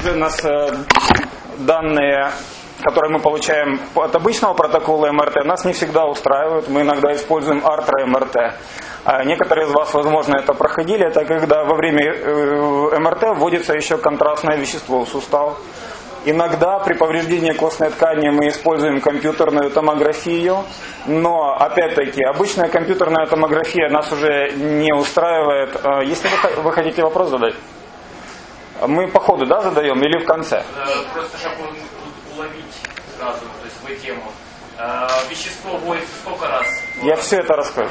уже нас данные, которые мы получаем от обычного протокола МРТ, нас не всегда устраивают. Мы иногда используем артро-МРТ. Некоторые из вас, возможно, это проходили. Это когда во время МРТ вводится еще контрастное вещество в сустав. Иногда при повреждении костной ткани мы используем компьютерную томографию, но, опять-таки, обычная компьютерная томография нас уже не устраивает. Если вы хотите вопрос задать, мы по ходу, да, задаем или в конце? Просто чтобы уловить сразу, то есть свою тему. Вещество вводится сколько раз? Я все это расскажу.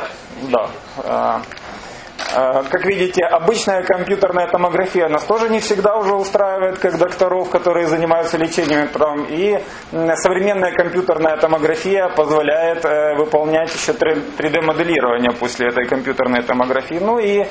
Да. Как видите, обычная компьютерная томография нас тоже не всегда уже устраивает, как докторов, которые занимаются лечением травм. И современная компьютерная томография позволяет выполнять еще 3D-моделирование после этой компьютерной томографии. Ну и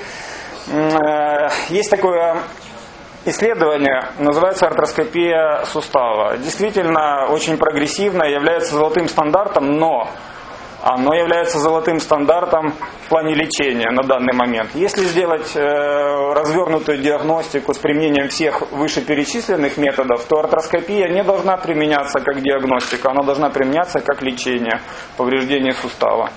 есть такое исследование, называется артроскопия сустава. Действительно очень прогрессивно, является золотым стандартом, но оно является золотым стандартом в плане лечения на данный момент. Если сделать развернутую диагностику с применением всех вышеперечисленных методов, то артроскопия не должна применяться как диагностика, она должна применяться как лечение повреждения сустава.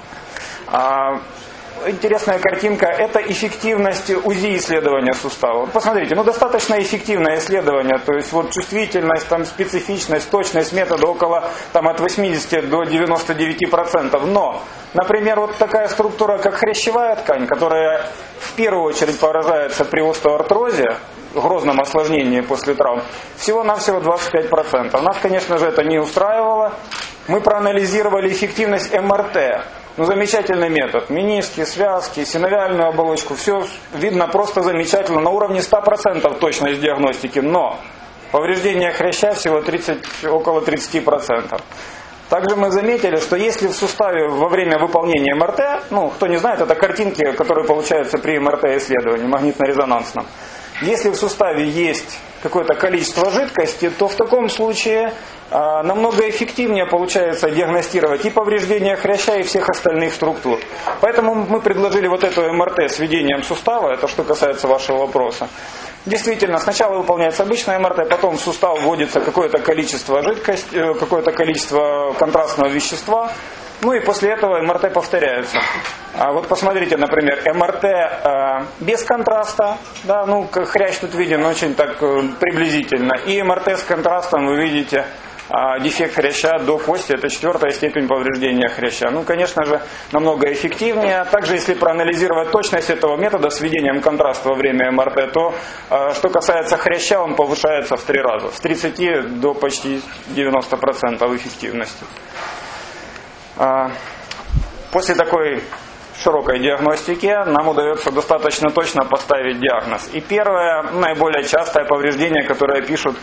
Интересная картинка – это эффективность УЗИ исследования сустава. Посмотрите, достаточно эффективное исследование, то есть чувствительность, специфичность, точность метода около от 80 до 99%. Но, например, такая структура, как хрящевая ткань, которая в первую очередь поражается при остеоартрозе, грозном осложнении после травм, всего-навсего 25%. Нас, конечно же, это не устраивало. Мы проанализировали эффективность МРТ. Замечательный метод. Мениски, связки, синовиальную оболочку. Все видно просто замечательно. На уровне 100% точность диагностики. Но повреждение хряща всего около 30%. Также мы заметили, что если в суставе во время выполнения МРТ, кто не знает, это картинки, которые получаются при МРТ-исследовании, магнитно-резонансном. Если в суставе есть какое-то количество жидкости, то в таком случае намного эффективнее получается диагностировать и повреждения хряща, и всех остальных структур. Поэтому мы предложили эту МРТ с введением сустава, это что касается вашего вопроса. Действительно, сначала выполняется обычная МРТ, потом в сустав вводится какое-то количество жидкости, какое-то количество контрастного вещества, и после этого МРТ повторяются. Посмотрите, например, МРТ без контраста, хрящ тут виден очень так приблизительно, и МРТ с контрастом вы видите дефект хряща до кости, это 4-я степень повреждения хряща. Конечно же, намного эффективнее. Также, если проанализировать точность этого метода с введением контраста во время МРТ, то, что касается хряща, он повышается в 3 раза, с 30 до почти 90% эффективности. После такой широкой диагностики нам удается достаточно точно поставить диагноз. И первое, наиболее частое повреждение, которое пишут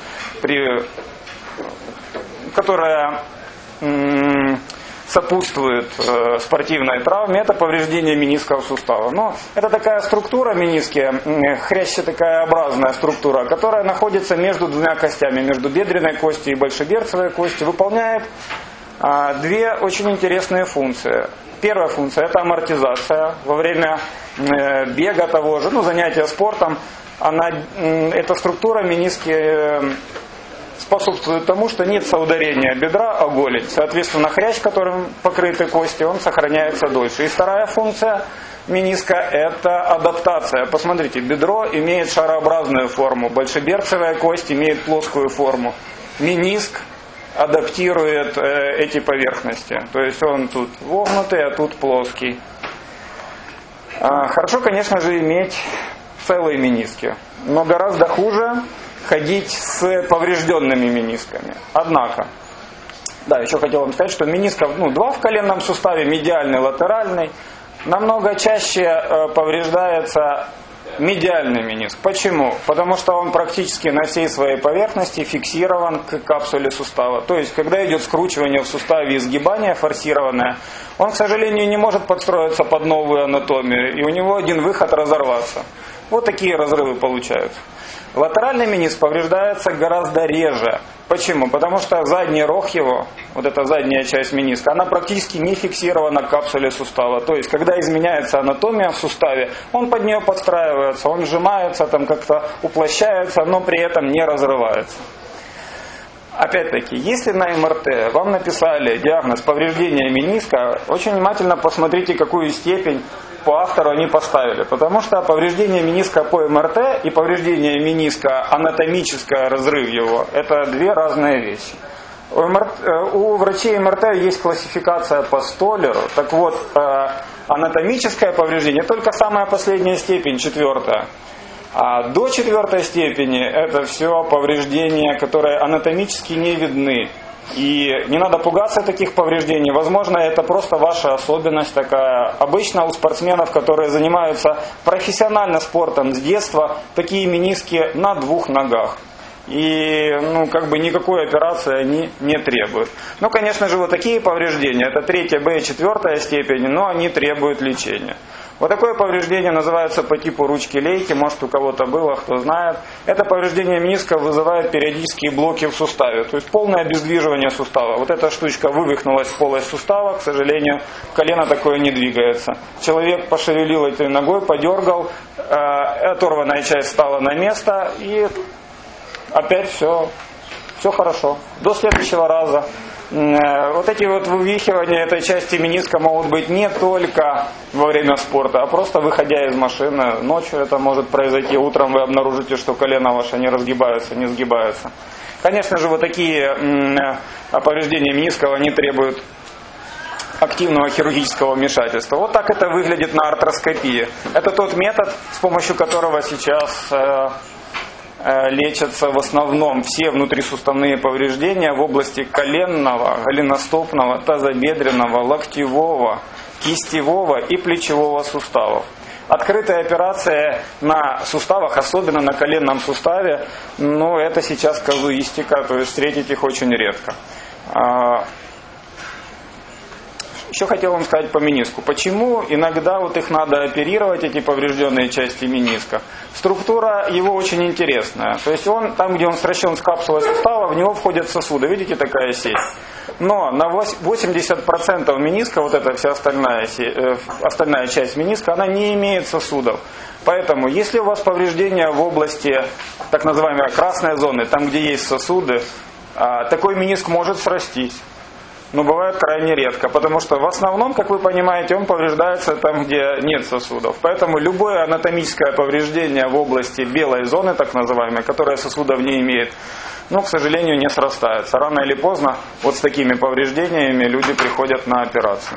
которое сопутствует спортивной травме, это повреждение менисков сустава. Это такая структура мениски, хрящетокообразная структура, которая находится между двумя костями, между бедренной костью и большеберцевой костью, выполняет 2 очень интересные функции. Первая функция – это амортизация. Во время бега того же, занятия спортом, эта структура мениски способствует тому, что нет соударения бедра о голень. Соответственно, хрящ, которым покрыты кости, он сохраняется дольше. И вторая функция мениска – это адаптация. Посмотрите, бедро имеет шарообразную форму, большеберцевая кость имеет плоскую форму. Мениск адаптирует эти поверхности. То есть он тут вогнутый, а тут плоский. Хорошо, конечно же, иметь целые мениски. Но гораздо хуже ходить с поврежденными менисками. Однако, еще хотел вам сказать, что менисков 2 в коленном суставе, медиальный, латеральный. Намного чаще повреждается медиальный мениск. Почему? Потому что он практически на всей своей поверхности фиксирован к капсуле сустава. То есть, когда идет скручивание в суставе и сгибание форсированное, он, к сожалению, не может подстроиться под новую анатомию, и у него один выход – разорваться. Такие разрывы получаются. Латеральный мениск повреждается гораздо реже. Почему? Потому что задний рог его, вот эта задняя часть мениска, она практически не фиксирована к капсуле сустава. То есть, когда изменяется анатомия в суставе, он под нее подстраивается, он сжимается, там как-то уплощается, но при этом не разрывается. Опять-таки, если на МРТ вам написали диагноз повреждения мениска, очень внимательно посмотрите, какую степень по автору они поставили. Потому что повреждение мениска по МРТ и повреждение мениска, анатомическое, разрыв его, это две разные вещи. У врачей МРТ есть классификация по Столеру. Так вот, анатомическое повреждение только самая последняя степень, 4. А до 4 степени это все повреждения, которые анатомически не видны. И не надо пугаться таких повреждений. Возможно, это просто ваша особенность такая. Обычно у спортсменов, которые занимаются профессионально спортом с детства, такие мениски на 2 ногах. И никакой операции они не требуют. Но, конечно же, вот такие повреждения, это 3 Б и 4 степень, но они требуют лечения. Вот такое повреждение называется по типу ручки-лейки, может у кого-то было, кто знает. Это повреждение мениска вызывает периодические блоки в суставе, то есть полное обездвиживание сустава. Вот эта штучка вывихнулась в полость сустава, к сожалению, колено такое не двигается. Человек пошевелил этой ногой, подергал, оторванная часть стала на место и опять все хорошо. До следующего раза. Вот эти вот вывихивания этой части мениска могут быть не только во время спорта, а просто выходя из машины. Ночью это может произойти, утром вы обнаружите, что колено ваше не разгибается, не сгибается. Конечно же, вот такие повреждения мениска, они требуют активного хирургического вмешательства. Вот так это выглядит на артроскопии. Это тот метод, с помощью которого сейчас лечатся в основном все внутрисуставные повреждения в области коленного, голеностопного, тазобедренного, локтевого, кистевого и плечевого суставов. Открытая операция на суставах, особенно на коленном суставе, это сейчас казуистика, то есть встретить их очень редко. Еще хотел вам сказать по мениску. Почему иногда их надо оперировать, эти поврежденные части мениска? Структура его очень интересная. То есть там, где он сращен с капсулой сустава, в него входят сосуды. Видите, такая сеть? Но на 80% мениска, вот эта вся остальная часть мениска, она не имеет сосудов. Поэтому, если у вас повреждение в области так называемой красной зоны, там, где есть сосуды, такой мениск может срастись. Но бывает крайне редко, потому что в основном, как вы понимаете, он повреждается там, где нет сосудов. Поэтому любое анатомическое повреждение в области белой зоны, так называемой, которая сосудов не имеет, к сожалению, не срастается. Рано или поздно вот с такими повреждениями люди приходят на операцию.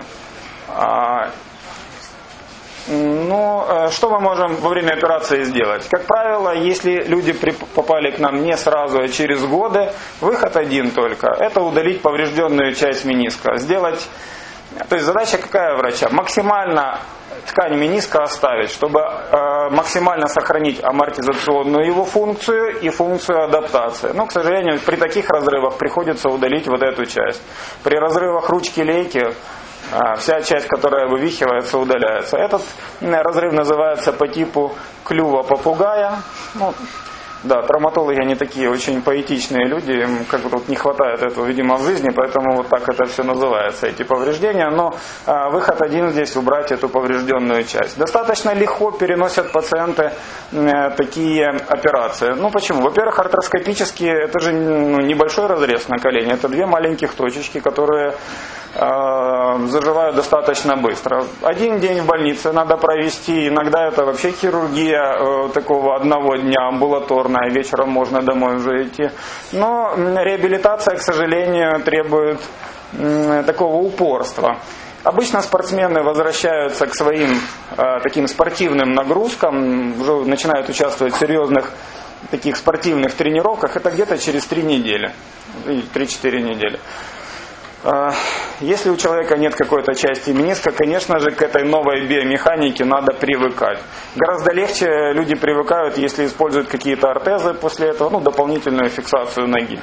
Что мы можем во время операции сделать? Как правило, если люди попали к нам не сразу, а через годы, выход один только. Это удалить поврежденную часть мениска. То есть задача какая врача? Максимально ткань мениска оставить, чтобы максимально сохранить амортизационную его функцию и функцию адаптации. Но, к сожалению, при таких разрывах приходится удалить вот эту часть. При разрывах ручки-лейки вся часть, которая вывихивается, удаляется. Этот разрыв называется по типу клюва попугая. Травматологи, они такие очень поэтичные люди, им не хватает этого, видимо, в жизни, поэтому вот так это все называется, эти повреждения. Но выход один здесь — убрать эту поврежденную часть. Достаточно легко переносят пациенты такие операции. Почему? Во-первых, артроскопически это же небольшой разрез на колене, это 2 маленьких точечки, которые заживают достаточно быстро. 1 день в больнице надо провести, иногда это вообще хирургия такого одного дня, амбулаторная, вечером можно домой уже идти. Но реабилитация, к сожалению, требует такого упорства. Обычно спортсмены возвращаются к своим таким спортивным нагрузкам, уже начинают участвовать в серьезных таких спортивных тренировках, это где-то через 3 недели, 3-4 недели. Если у человека нет какой-то части мениска, конечно же, к этой новой биомеханике надо привыкать. Гораздо легче люди привыкают, если используют какие-то ортезы после этого, дополнительную фиксацию ноги.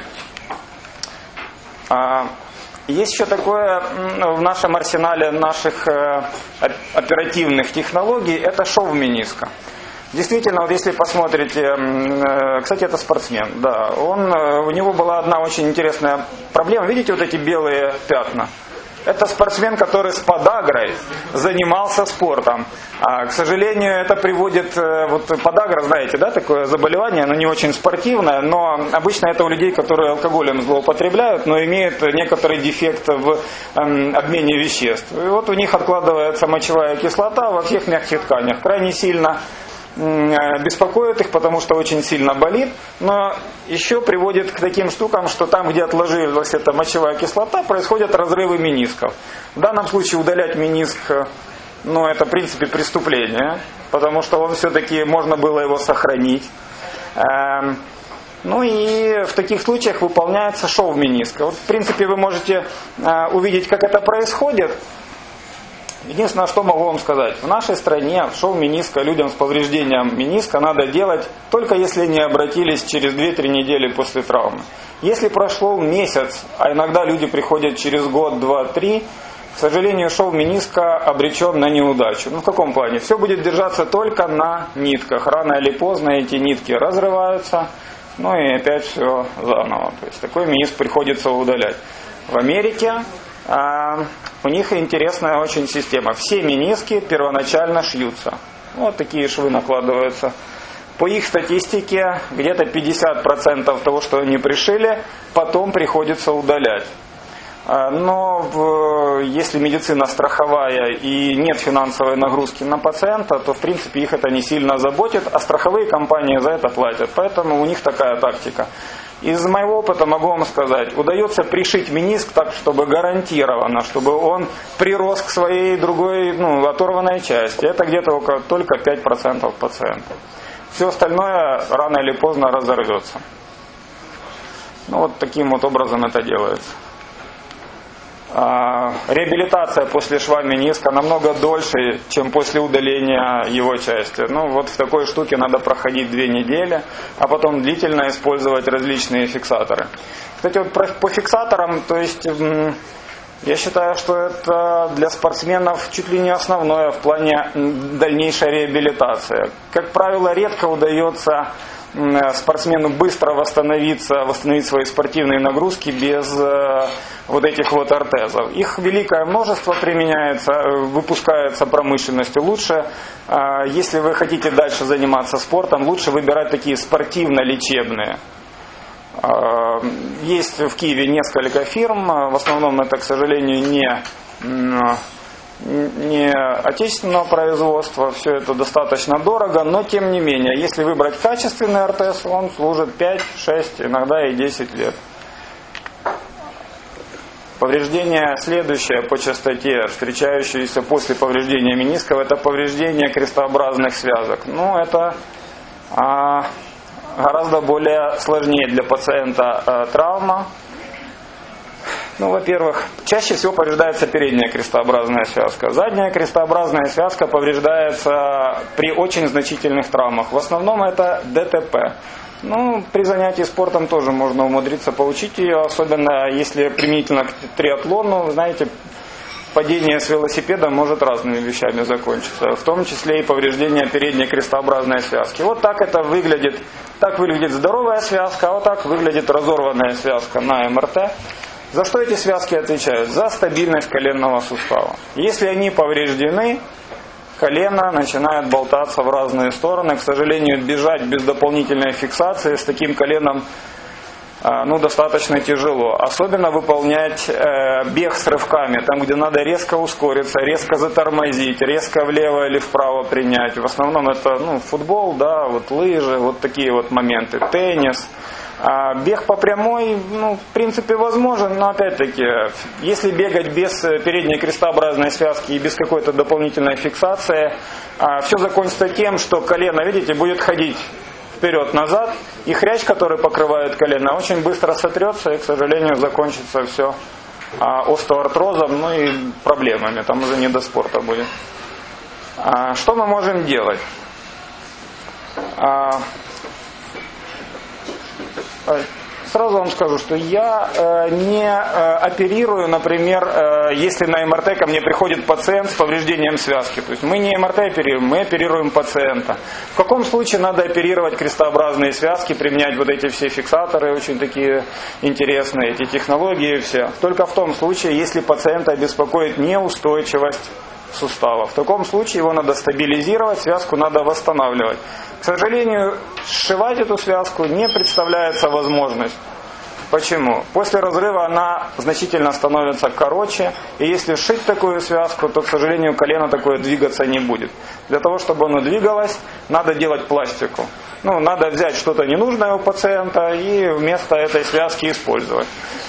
Есть еще такое в нашем арсенале наших оперативных технологий, это шов мениска. Действительно, вот если посмотрите, кстати, это спортсмен, да, у него была одна очень интересная проблема. Видите вот эти белые пятна? Это спортсмен, который с подагрой занимался спортом. К сожалению, это приводит, вот подагра, знаете, да, такое заболевание, оно не очень спортивное, но обычно это у людей, которые алкоголем злоупотребляют, но имеют некоторый дефект в обмене веществ. И вот у них откладывается мочевая кислота во всех мягких тканях, крайне сильно беспокоит их, потому что очень сильно болит, но еще приводит к таким штукам, что там, где отложилась эта мочевая кислота, происходят разрывы менисков. В данном случае удалять мениск, это в принципе преступление, потому что он все-таки, можно было его сохранить. И в таких случаях выполняется шов мениска. Вот, в принципе, вы можете увидеть, как это происходит. Единственное, что могу вам сказать. В нашей стране шов мениска людям с повреждением мениска надо делать только если не обратились через 2-3 недели после травмы. Если прошло месяц, а иногда люди приходят через год, 2-3, к сожалению, шов мениска обречен на неудачу. В каком плане? Все будет держаться только на нитках. Рано или поздно эти нитки разрываются, и опять все заново. То есть такой мениск приходится удалять. В Америке у них интересная очень система. Все мениски первоначально шьются. Вот такие швы накладываются. По их статистике, где-то 50% того, что они пришили, потом приходится удалять. Но если медицина страховая и нет финансовой нагрузки на пациента, то в принципе их это не сильно заботит, а страховые компании за это платят. Поэтому у них такая тактика. Из моего опыта могу вам сказать, удается пришить мениск так, чтобы гарантированно, чтобы он прирос к своей другой, оторванной части. Это где-то только 5% пациентов. Все остальное рано или поздно разорвется. Вот таким вот образом это делается. Реабилитация после шва мениска намного дольше, чем после удаления его части. Вот в такой штуке надо проходить 2 недели, а потом длительно использовать различные фиксаторы. Кстати, вот по фиксаторам, то есть я считаю, что это для спортсменов чуть ли не основное в плане дальнейшей реабилитации. Как правило, редко удается спортсмену быстро восстановить свои спортивные нагрузки без вот этих вот ортезов. Их великое множество применяется, выпускается промышленностью. Лучше, если вы хотите дальше заниматься спортом, лучше выбирать такие спортивно-лечебные. Есть в Киеве несколько фирм, в основном это, к сожалению, не отечественного производства, все это достаточно дорого, но тем не менее, если выбрать качественный ортез, он служит 5, 6, иногда и 10 лет. Повреждение следующее по частоте, встречающееся после повреждения менисков, это повреждение крестообразных связок. Это гораздо более сложнее для пациента травма. Во-первых, чаще всего повреждается передняя крестообразная связка. Задняя крестообразная связка повреждается при очень значительных травмах. В основном это ДТП. При занятии спортом тоже можно умудриться получить ее, особенно если применительно к триатлону. Знаете, падение с велосипеда может разными вещами закончиться, в том числе и повреждение передней крестообразной связки. Вот так это выглядит. Так выглядит здоровая связка, а вот так выглядит разорванная связка на МРТ. За что эти связки отвечают? За стабильность коленного сустава. Если они повреждены, колено начинает болтаться в разные стороны. К сожалению, бежать без дополнительной фиксации с таким коленом достаточно тяжело. Особенно выполнять бег с рывками, там, где надо резко ускориться, резко затормозить, резко влево или вправо принять. В основном это футбол, лыжи, вот такие вот моменты, теннис. Бег по прямой, в принципе, возможен, но опять-таки, если бегать без передней крестообразной связки и без какой-то дополнительной фиксации, все закончится тем, что колено, видите, будет ходить вперед-назад, и хрящ, который покрывает колено, очень быстро сотрется, и, к сожалению, закончится все остеоартрозом, и проблемами, там уже не до спорта будет. Что мы можем делать? Сразу вам скажу, что я не оперирую, например, если на МРТ ко мне приходит пациент с повреждением связки. То есть мы не МРТ оперируем, мы оперируем пациента. В каком случае надо оперировать крестообразные связки, применять вот эти все фиксаторы, очень такие интересные, эти технологии все. Только в том случае, если пациента беспокоит неустойчивость сустава. В таком случае его надо стабилизировать, связку надо восстанавливать. К сожалению, сшивать эту связку не представляется возможность. Почему? После разрыва она значительно становится короче, и если сшить такую связку, то, к сожалению, колено такое двигаться не будет. Для того, чтобы оно двигалось, надо делать пластику. Надо взять что-то ненужное у пациента и вместо этой связки использовать.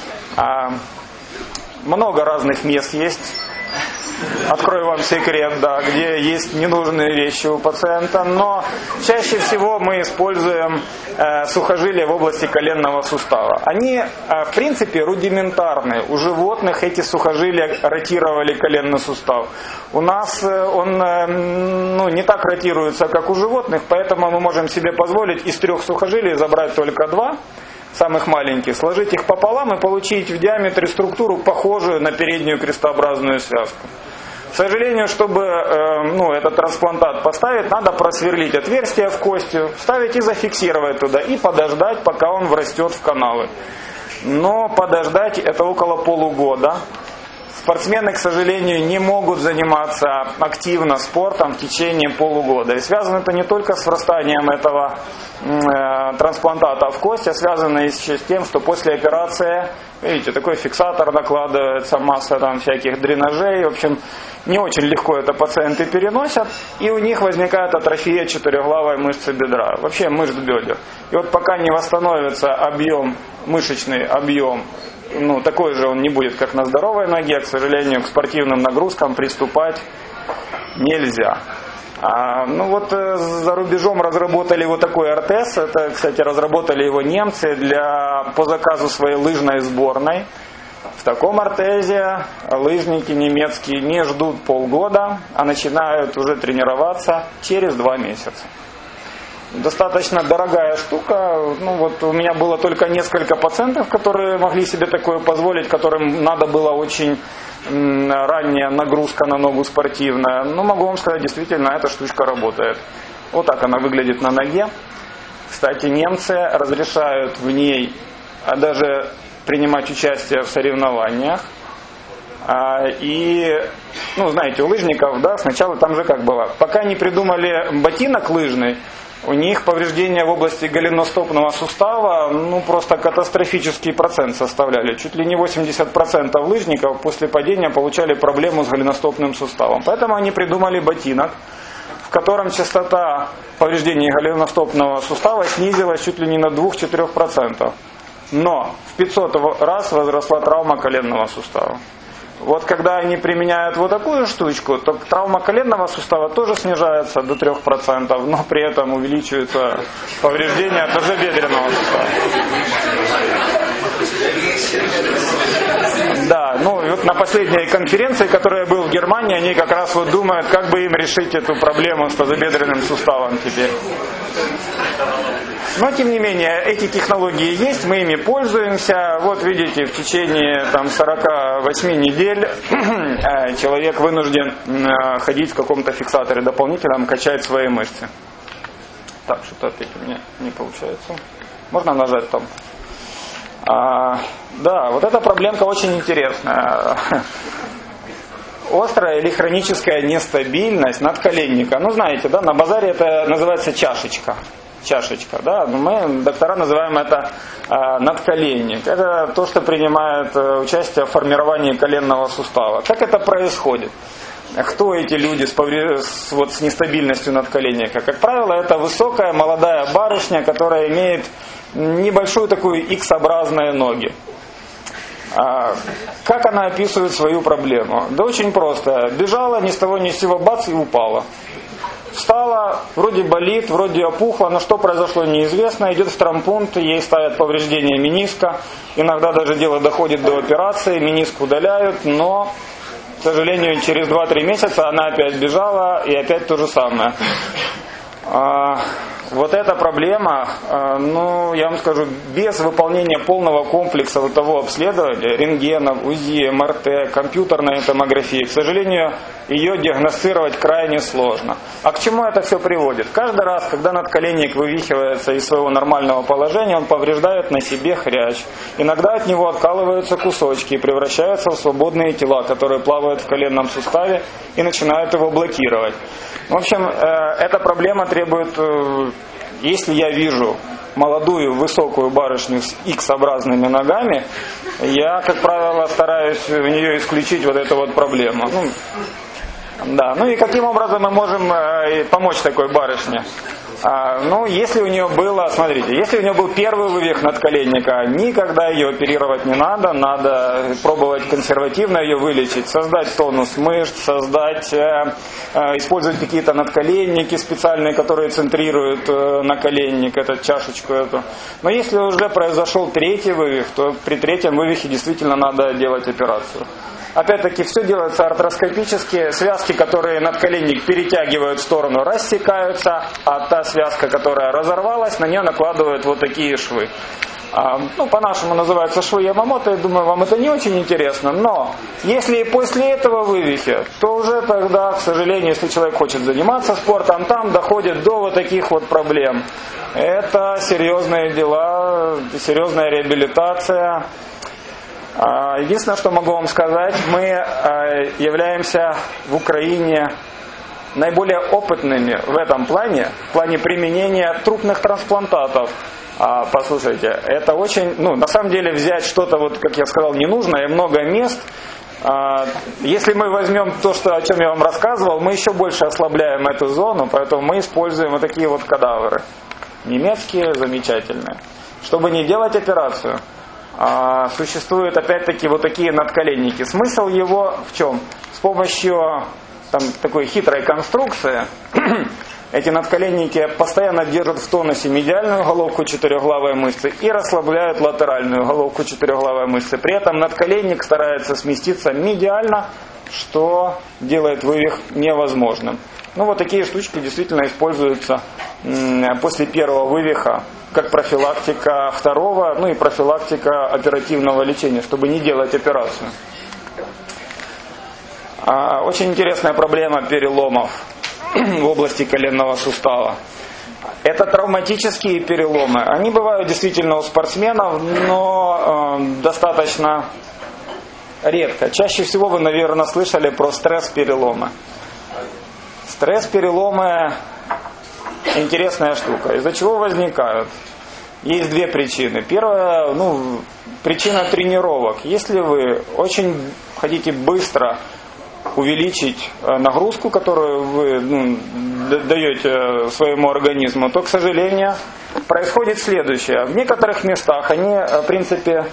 Много разных мест есть. Открою вам секрет, где есть ненужные вещи у пациента, но чаще всего мы используем сухожилия в области коленного сустава. Они, в принципе, рудиментарные. У животных эти сухожилия ротировали коленный сустав. У нас он не так ротируется, как у животных, поэтому мы можем себе позволить из 3 сухожилий забрать только 2. Самых маленьких, сложить их пополам и получить в диаметре структуру, похожую на переднюю крестообразную связку. К сожалению, чтобы этот трансплантат поставить, надо просверлить отверстие в кости, вставить и зафиксировать туда, и подождать, пока он врастет в каналы. Но подождать это около полугода. Спортсмены, к сожалению, не могут заниматься активно спортом в течение полугода. И связано это не только с врастанием этого трансплантата в кость, а связано еще с тем, что после операции, видите, такой фиксатор накладывается, масса всяких дренажей. В общем, не очень легко это пациенты переносят, и у них возникает атрофия четырехглавой мышцы бедра, вообще мышц бедер. И вот пока не восстановится мышечный объем, такой же он не будет, как на здоровой ноге, к сожалению, к спортивным нагрузкам приступать нельзя. За рубежом разработали вот такой ортез. Это, кстати, разработали его немцы по заказу своей лыжной сборной. В таком ортезе лыжники немецкие не ждут полгода, а начинают уже тренироваться через 2 месяца. Достаточно дорогая штука. У меня было только несколько пациентов, которые могли себе такое позволить, которым надо было очень ранняя нагрузка на ногу спортивная. Могу вам сказать, действительно, эта штучка работает. Вот так она выглядит на ноге. Кстати, немцы разрешают в ней даже принимать участие в соревнованиях. И, знаете, у лыжников, сначала там же как было. Пока не придумали ботинок лыжный, у них повреждения в области голеностопного сустава просто катастрофический процент составляли. Чуть ли не 80% лыжников после падения получали проблему с голеностопным суставом. Поэтому они придумали ботинок, в котором частота повреждений голеностопного сустава снизилась чуть ли не на 2-4%. Но в 500 раз возросла травма коленного сустава. Вот когда они применяют вот такую штучку, то травма коленного сустава тоже снижается до 3%, но при этом увеличивается повреждение тазобедренного сустава. Да, на последней конференции, которая была в Германии, они как раз думают, как бы им решить эту проблему с тазобедренным суставом теперь. Но, тем не менее, эти технологии есть, мы ими пользуемся. Вот видите, в течение 48 недель человек вынужден ходить в каком-то фиксаторе дополнительном, качать свои мышцы. Так, что-то опять у меня не получается. Можно нажать там? Да, вот эта проблемка очень интересная. Острая или хроническая нестабильность надколенника. Знаете, на базаре это называется чашечка. Мы, доктора, называем это надколенник. Это то, что принимает участие в формировании коленного сустава. Как это происходит? Кто эти люди с нестабильностью надколенника? Как правило, это высокая молодая барышня, которая имеет небольшую такую X-образные ноги. Как она описывает свою проблему? Да очень просто. Бежала, ни с того ни с сего, бац, и упала. Встала, вроде болит, вроде опухла, но что произошло неизвестно. Идет в травмпункт, ей ставят повреждение мениска. Иногда даже дело доходит до операции, мениск удаляют, но, к сожалению, через 2-3 месяца она опять бежала, и опять то же самое. Вот эта проблема, ну, я вам скажу, без выполнения полного комплекса вот того обследования, рентгенов, УЗИ, МРТ, компьютерной томографии, к сожалению, ее диагностировать крайне сложно. А к чему это все приводит? Каждый раз, когда надколенник вывихивается из своего нормального положения, он повреждает на себе хрящ. Иногда от него откалываются кусочки и превращаются в свободные тела, которые плавают в коленном суставе и начинают его блокировать. В общем, эта проблема требует, если я вижу молодую высокую барышню с X-образными ногами, я, как правило, стараюсь в нее исключить вот эту вот проблему. Да, ну и каким образом мы можем помочь такой барышне? Ну, если у нее было, смотрите, если у нее был первый вывих надколенника, никогда ее оперировать не надо, надо пробовать консервативно ее вылечить, создать тонус мышц, использовать какие-то надколенники специальные, которые центрируют наколенник, эту чашечку эту. Но если уже произошел третий вывих, то при третьем вывихе действительно надо делать операцию. Опять-таки, все делается артроскопически. Связки, которые надколенник перетягивают в сторону, рассекаются, а та связка, которая разорвалась, на нее накладывают вот такие швы. По-нашему называются швы Ямамото, я думаю, вам это не очень интересно, но если и после этого вывихи, то уже тогда, к сожалению, если человек хочет заниматься спортом, там доходит до вот таких вот проблем. Это серьезные дела, серьезная реабилитация. Единственное, что могу вам сказать, мы являемся в Украине наиболее опытными в этом плане, в плане применения трупных трансплантатов. Послушайте, это очень, на самом деле взять что-то, вот, как я сказал, ненужное, и много мест. Если мы возьмем то, о чем я вам рассказывал, мы еще больше ослабляем эту зону, поэтому мы используем вот такие вот кадавры. Немецкие, замечательные. Чтобы не делать операцию. Существуют опять-таки вот такие надколенники. Смысл его в чем? С помощью такой хитрой конструкции эти надколенники постоянно держат в тонусе медиальную головку четырехглавой мышцы и расслабляют латеральную головку четырехглавой мышцы. При этом надколенник старается сместиться медиально, что делает вывих невозможным. Вот такие штучки действительно используются после первого вывиха, как профилактика второго, и профилактика оперативного лечения, чтобы не делать операцию. Очень интересная проблема переломов в области коленного сустава. Это травматические переломы. Они бывают действительно у спортсменов, но достаточно редко. Чаще всего вы, наверное, слышали про стресс-переломы. Стресс-переломы – интересная штука. Из-за чего возникают? Есть две причины. Первая, причина тренировок. Если вы очень хотите быстро увеличить нагрузку, которую вы даете своему организму, то, к сожалению, происходит следующее. В некоторых местах они, в принципе,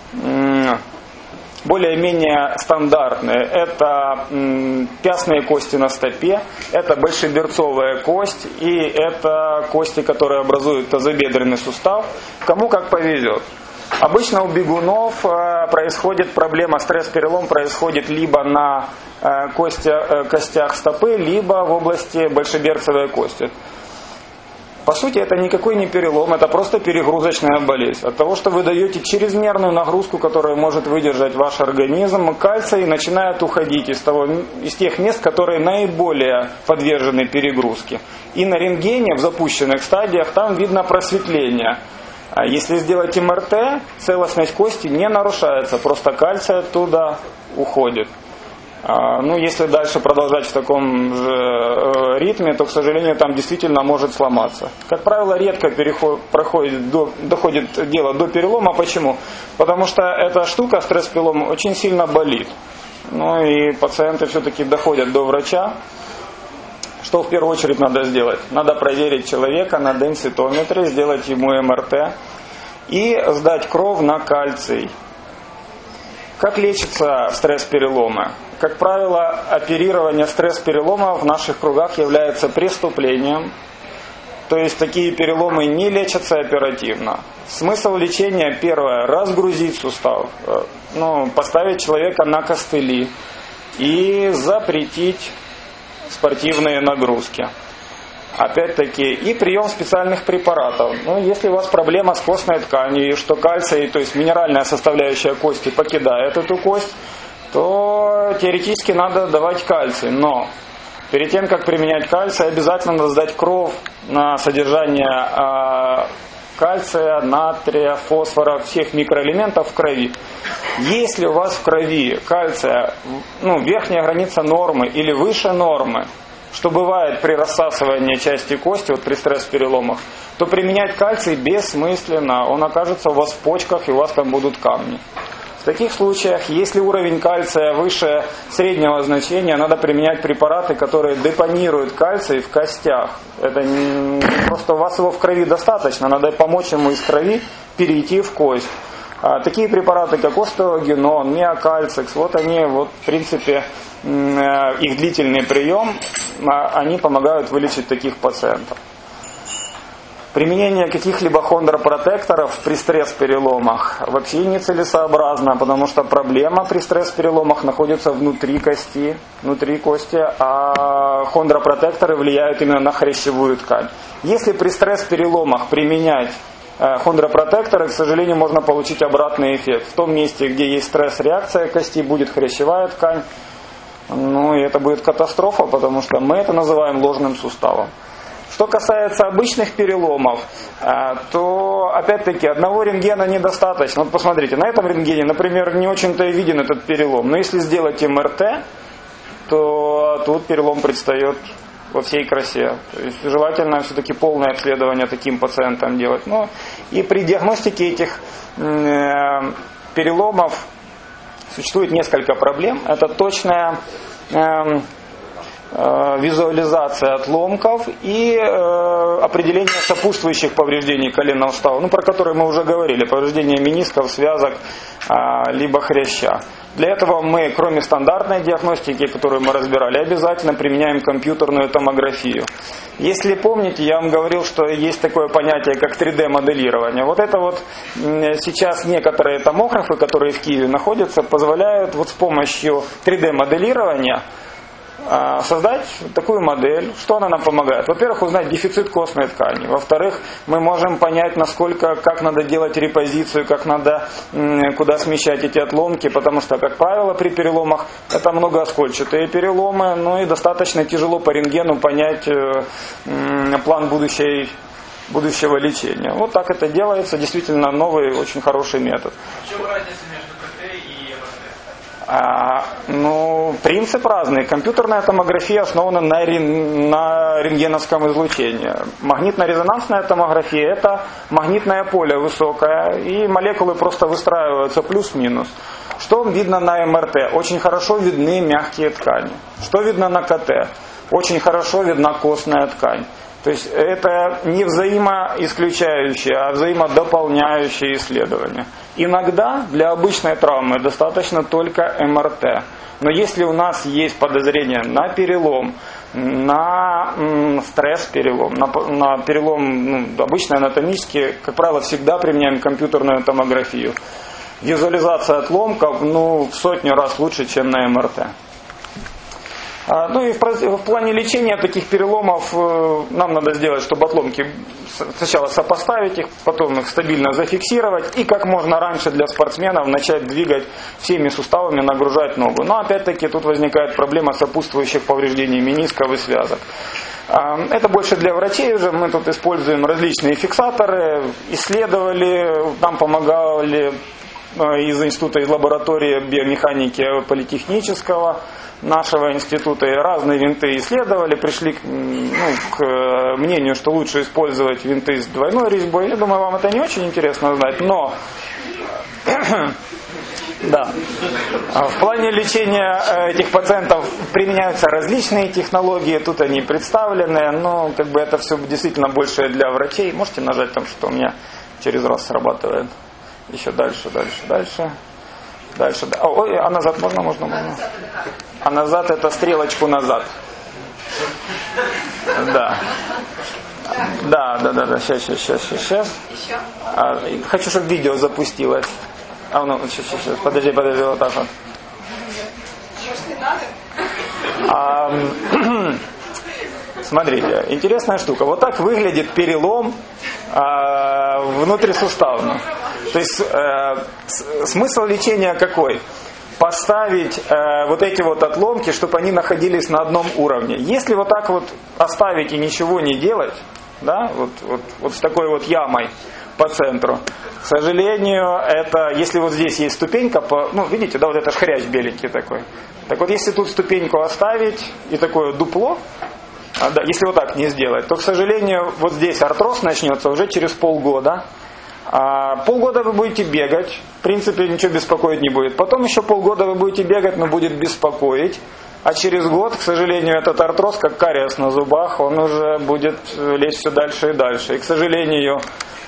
более-менее стандартные. Это пястные кости на стопе, это большеберцовая кость и это кости, которые образуют тазобедренный сустав. Кому как повезет. Обычно у бегунов происходит проблема, стресс-перелом происходит либо на костях стопы, либо в области большеберцовой кости. По сути, это никакой не перелом, это просто перегрузочная болезнь. От того, что вы даете чрезмерную нагрузку, которую может выдержать ваш организм, кальций начинает уходить из тех мест, которые наиболее подвержены перегрузке. И на рентгене в запущенных стадиях там видно просветление. А если сделать МРТ, целостность кости не нарушается, просто кальций оттуда уходит. Если дальше продолжать в таком же ритме, то, к сожалению, там действительно может сломаться. Как правило, редко доходит дело до перелома. Почему? Потому что эта штука, стресс-перелом, очень сильно болит. И пациенты все-таки доходят до врача. Что в первую очередь надо сделать? Надо проверить человека на денситометре, сделать ему МРТ и сдать кровь на кальций. Как лечится стресс-переломы? Как правило, оперирование стресс-перелома в наших кругах является преступлением. То есть такие переломы не лечатся оперативно. Смысл лечения, первое, разгрузить сустав, поставить человека на костыли и запретить спортивные нагрузки. опять-таки, и прием специальных препаратов. Ну, если у вас проблема с костной тканью, и что кальций, то есть минеральная составляющая кости, покидает эту кость, то теоретически надо давать кальций. Но перед тем, как применять кальций, обязательно надо сдать кровь на содержание кальция, натрия, фосфора, всех микроэлементов в крови. Если у вас в крови кальция, верхняя граница нормы или выше нормы, что бывает при рассасывании части кости, при стресс-переломах, то применять кальций бессмысленно. Он окажется у вас в почках, и у вас там будут камни. В таких случаях, если уровень кальция выше среднего значения, надо применять препараты, которые депонируют кальций в костях. Это просто у вас его в крови достаточно, надо помочь ему из крови перейти в кость. Такие препараты, как остеогенон, миокальцикс, они, в принципе, их длительный прием, они помогают вылечить таких пациентов. Применение каких-либо хондропротекторов при стресс-переломах вообще нецелесообразно, потому что проблема при стресс-переломах находится внутри кости, а хондропротекторы влияют именно на хрящевую ткань. Если при стресс-переломах применять хондропротекторы, к сожалению, можно получить обратный эффект. В том месте, где есть стресс-реакция кости, будет хрящевая ткань. И это будет катастрофа, потому что мы это называем ложным суставом. Что касается обычных переломов, то, опять-таки, одного рентгена недостаточно. Вот посмотрите, на этом рентгене, например, не очень-то и виден этот перелом. Но если сделать МРТ, то тут перелом предстает во всей красе. То есть желательно все-таки полное обследование таким пациентам делать. И при диагностике этих переломов существует несколько проблем. Это точная визуализация отломков и определение сопутствующих повреждений коленного сустава, про которые мы уже говорили, повреждения менисков, связок, либо хряща. Для этого мы, кроме стандартной диагностики, которую мы разбирали, обязательно применяем компьютерную томографию. Если помните, я вам говорил, что есть такое понятие, как 3D-моделирование. Сейчас некоторые томографы, которые в Киеве находятся, позволяют с помощью 3D-моделирования создать такую модель. Что она нам помогает? Во-первых, узнать дефицит костной ткани. Во-вторых, мы можем понять, как надо делать репозицию, как надо, куда смещать эти отломки, потому что, как правило, при переломах это многооскольчатые переломы, и достаточно тяжело по рентгену понять план будущего лечения. Вот так это делается, действительно новый, очень хороший метод. В чем разница между КТ и принцип разный. Компьютерная томография основана на рентгеновском излучении. Магнитно-резонансная томография – это магнитное поле высокое, и молекулы просто выстраиваются плюс-минус. Что видно на МРТ? Очень хорошо видны мягкие ткани. Что видно на КТ? Очень хорошо видна костная ткань. То есть это не взаимоисключающие, а взаимодополняющие исследования. Иногда для обычной травмы достаточно только МРТ. Но если у нас есть подозрение на перелом, на стресс-перелом, на перелом обычный анатомический, как правило, всегда применяем компьютерную томографию. Визуализация отломков в 100 раз лучше, чем на МРТ. И в плане лечения таких переломов нам надо сделать, чтобы отломки сначала сопоставить их, потом их стабильно зафиксировать и как можно раньше для спортсменов начать двигать всеми суставами, нагружать ногу. Но опять-таки тут возникает проблема сопутствующих повреждений менисков и связок. Это больше для врачей уже. Мы тут используем различные фиксаторы, исследовали, нам помогали из института, из лаборатории биомеханики политехнического нашего института, и разные винты исследовали, пришли к мнению, что лучше использовать винты с двойной резьбой. Я думаю, вам это не очень интересно знать, но да. В плане лечения этих пациентов применяются различные технологии, тут они представлены, но это все действительно больше для врачей. Можете нажать там, что у меня через раз срабатывает. Еще дальше. Ой, а назад можно. А назад это стрелочку назад. Да. Сейчас. Хочу, чтобы видео запустилось. Сейчас. Подожди, вот так вот. Смотрите, интересная штука. Вот так выглядит перелом внутрисуставно. То есть смысл лечения какой? Поставить вот эти вот отломки, чтобы они находились на одном уровне. Если вот так вот оставить и ничего не делать, да, вот с такой вот ямой по центру, к сожалению, это, если вот здесь есть ступенька, ну, видите, да, вот это хрящ беленький такой. Так вот, если тут ступеньку оставить и такое дупло, да, если вот так не сделать, то, к сожалению, вот здесь артроз начнется уже через полгода. Полгода вы будете бегать, в принципе, ничего беспокоить не будет. Потом еще полгода вы будете бегать, но будет беспокоить. А через год, к сожалению, этот артроз, как кариес на зубах, он уже будет лезть все дальше и дальше. И, к сожалению,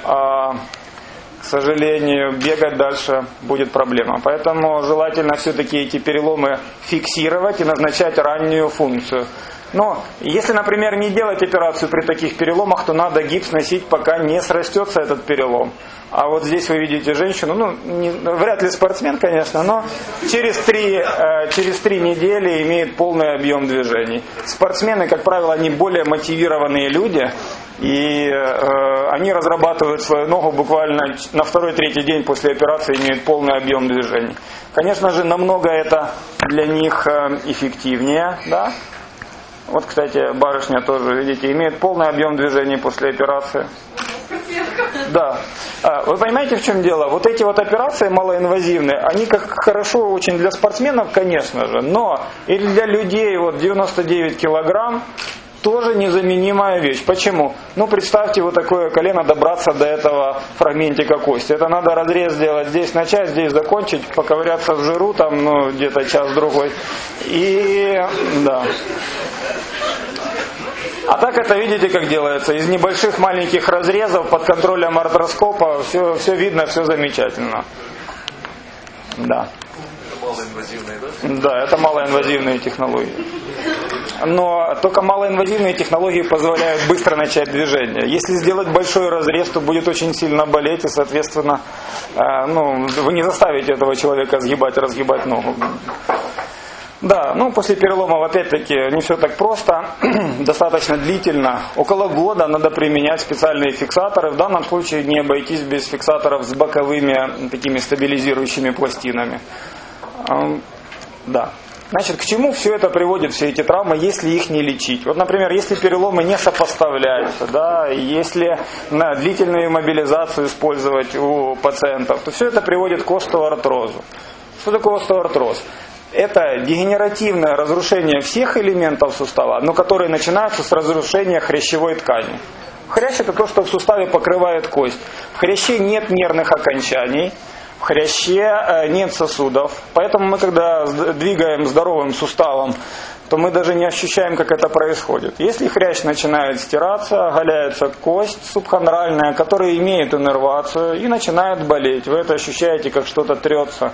бегать дальше будет проблема. Поэтому желательно все-таки эти переломы фиксировать и назначать раннюю функцию. Но если, например, не делать операцию при таких переломах, то надо гипс носить, пока не срастется этот перелом. А вот здесь вы видите женщину, вряд ли спортсмен, конечно, но через 3 недели имеет полный объем движений. Спортсмены, как правило, они более мотивированные люди, и они разрабатывают свою ногу буквально на 2-3 день после операции, имеют полный объем движений. Конечно же, намного это для них эффективнее, да? Вот, кстати, барышня тоже, видите, имеет полный объем движений после операции. Да. Вы понимаете, в чем дело? Вот эти вот операции малоинвазивные, они как хорошо очень для спортсменов, конечно же, но и для людей вот 99 килограмм тоже незаменимая вещь. Почему? Представьте, вот такое колено добраться до этого фрагментика кости. Это надо разрез сделать, здесь начать, здесь закончить, поковыряться в жиру, там, где-то час-другой. И, да. А так это видите, как делается. Из небольших маленьких разрезов под контролем артроскопа все видно, все замечательно. Да. Это малоинвазивные, да? Да, это малоинвазивные технологии. Но только малоинвазивные технологии позволяют быстро начать движение. Если сделать большой разрез, то будет очень сильно болеть, и, соответственно, вы не заставите этого человека разгибать ногу. Да, после переломов, опять-таки, не все так просто, достаточно длительно. Около года надо применять специальные фиксаторы. В данном случае не обойтись без фиксаторов с боковыми такими стабилизирующими пластинами. Да. Значит, к чему все это приводит, все эти травмы, если их не лечить? Вот, например, если переломы не сопоставлять, да, если на длительную мобилизацию использовать у пациентов, то все это приводит к остеоартрозу. Что такое остеоартроз? Это дегенеративное разрушение всех элементов сустава, но которые начинаются с разрушения хрящевой ткани. Хрящ — это то, что в суставе покрывает кость. В хряще нет нервных окончаний, в хряще нет сосудов. Поэтому мы, когда двигаем здоровым суставом, то мы даже не ощущаем, как это происходит. Если хрящ начинает стираться, оголяется кость субхондральная, которая имеет иннервацию и начинает болеть. Вы это ощущаете, как что-то трется.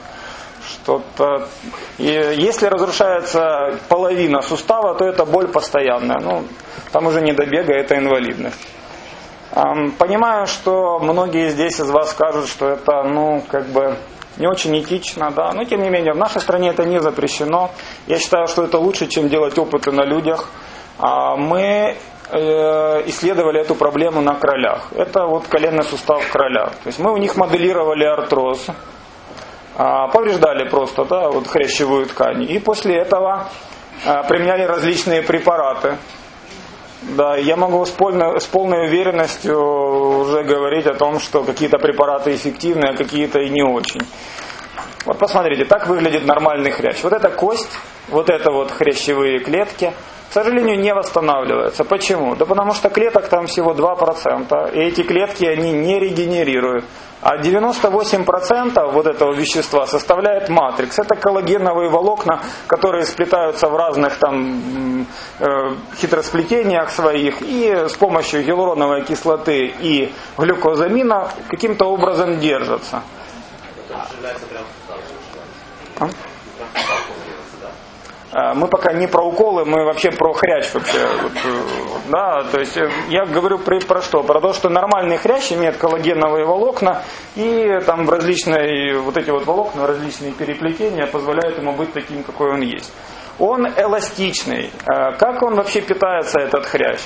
И если разрушается половина сустава, то это боль постоянная. Там уже не до бега, это инвалидность. Понимаю, что многие здесь из вас скажут, что это, не очень этично, да. Но тем не менее, в нашей стране это не запрещено. Я считаю, что это лучше, чем делать опыты на людях. Мы исследовали эту проблему на кролях. Это вот коленный сустав в кролях. То есть мы у них моделировали артроз. Повреждали просто, да, вот хрящевую ткань. И после этого применяли различные препараты. Да, я могу с полной уверенностью уже говорить о том, что какие-то препараты эффективны, а какие-то и не очень. Вот посмотрите, так выглядит нормальный хрящ. Вот эта кость, вот это вот хрящевые клетки, к сожалению, не восстанавливаются. Почему? Да потому что клеток там всего 2%, и эти клетки, они не регенерируют. А 98% вот этого вещества составляет матрикс. Это коллагеновые волокна, которые сплетаются в разных там хитросплетениях своих, и с помощью гиалуроновой кислоты и глюкозамина каким-то образом держатся. Мы пока не про уколы, мы вообще про хрящ вообще. Да, то есть я говорю про что? Про то, что нормальный хрящ имеет коллагеновые волокна, и там различные вот эти вот волокна, различные переплетения позволяют ему быть таким, какой он есть. он эластичный. Как он вообще питается, этот хрящ?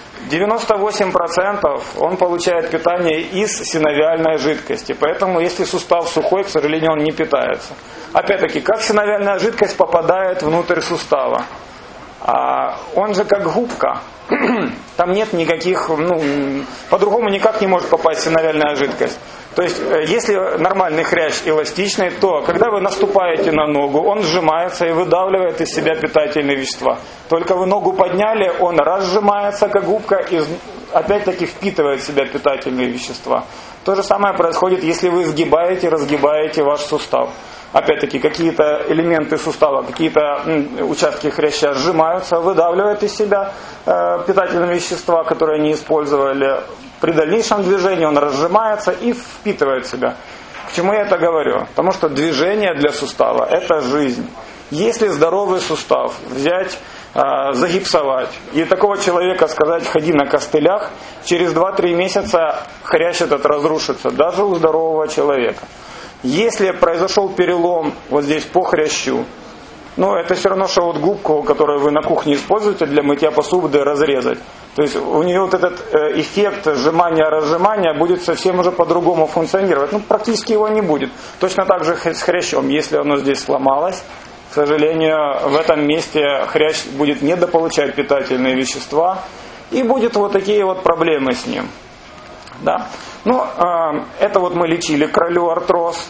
98% он получает питание из синовиальной жидкости. Поэтому, если сустав сухой, к сожалению, он не питается. Опять-таки, как синовиальная жидкость попадает внутрь сустава? Он же как губка. Там нет никаких, по-другому никак не может попасть синовиальная жидкость. То есть, если нормальный хрящ эластичный, то, когда вы наступаете на ногу, он сжимается и выдавливает из себя питательные вещества. Только вы ногу подняли, он разжимается, как губка, и опять-таки впитывает в себя питательные вещества. То же самое происходит, если вы сгибаете, разгибаете ваш сустав. Опять-таки, какие-то элементы сустава, какие-то участки хряща сжимаются, выдавливают из себя питательные вещества, которые они использовали. При дальнейшем движении он разжимается и впитывает в себя. К чему я это говорю? Потому что движение для сустава – это жизнь. Если здоровый сустав взять, загипсовать, и такого человека сказать «ходи на костылях», через 2-3 месяца хрящ этот разрушится, даже у здорового человека. Если произошел перелом вот здесь по хрящу, это все равно, что вот губку, которую вы на кухне используете для мытья посуды, разрезать. То есть у нее вот этот эффект сжимания-разжимания будет совсем уже по-другому функционировать. Практически его не будет. Точно так же с хрящом. Если оно здесь сломалось, к сожалению, в этом месте хрящ будет недополучать питательные вещества. И будет вот такие вот проблемы с ним. Да? Это вот мы лечили кролю артроз.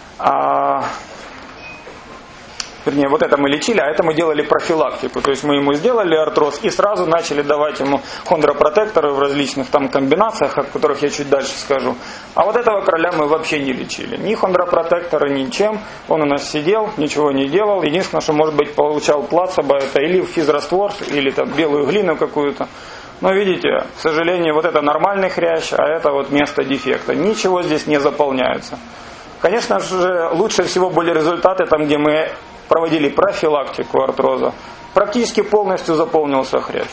Вернее, вот это мы лечили, а это мы делали профилактику. То есть мы ему сделали артроз и сразу начали давать ему хондропротекторы в различных там комбинациях, о которых я чуть дальше скажу. А вот этого кроля мы вообще не лечили. Ни хондропротекторы, ничем. Он у нас сидел, ничего не делал. Единственное, что, может быть, получал плацебо, это или физраствор, или там белую глину какую-то. Но видите, к сожалению, вот это нормальный хрящ, а это вот место дефекта. Ничего здесь не заполняется. Конечно же, лучше всего были результаты там, где мы проводили профилактику артроза. Практически полностью заполнился хрящ.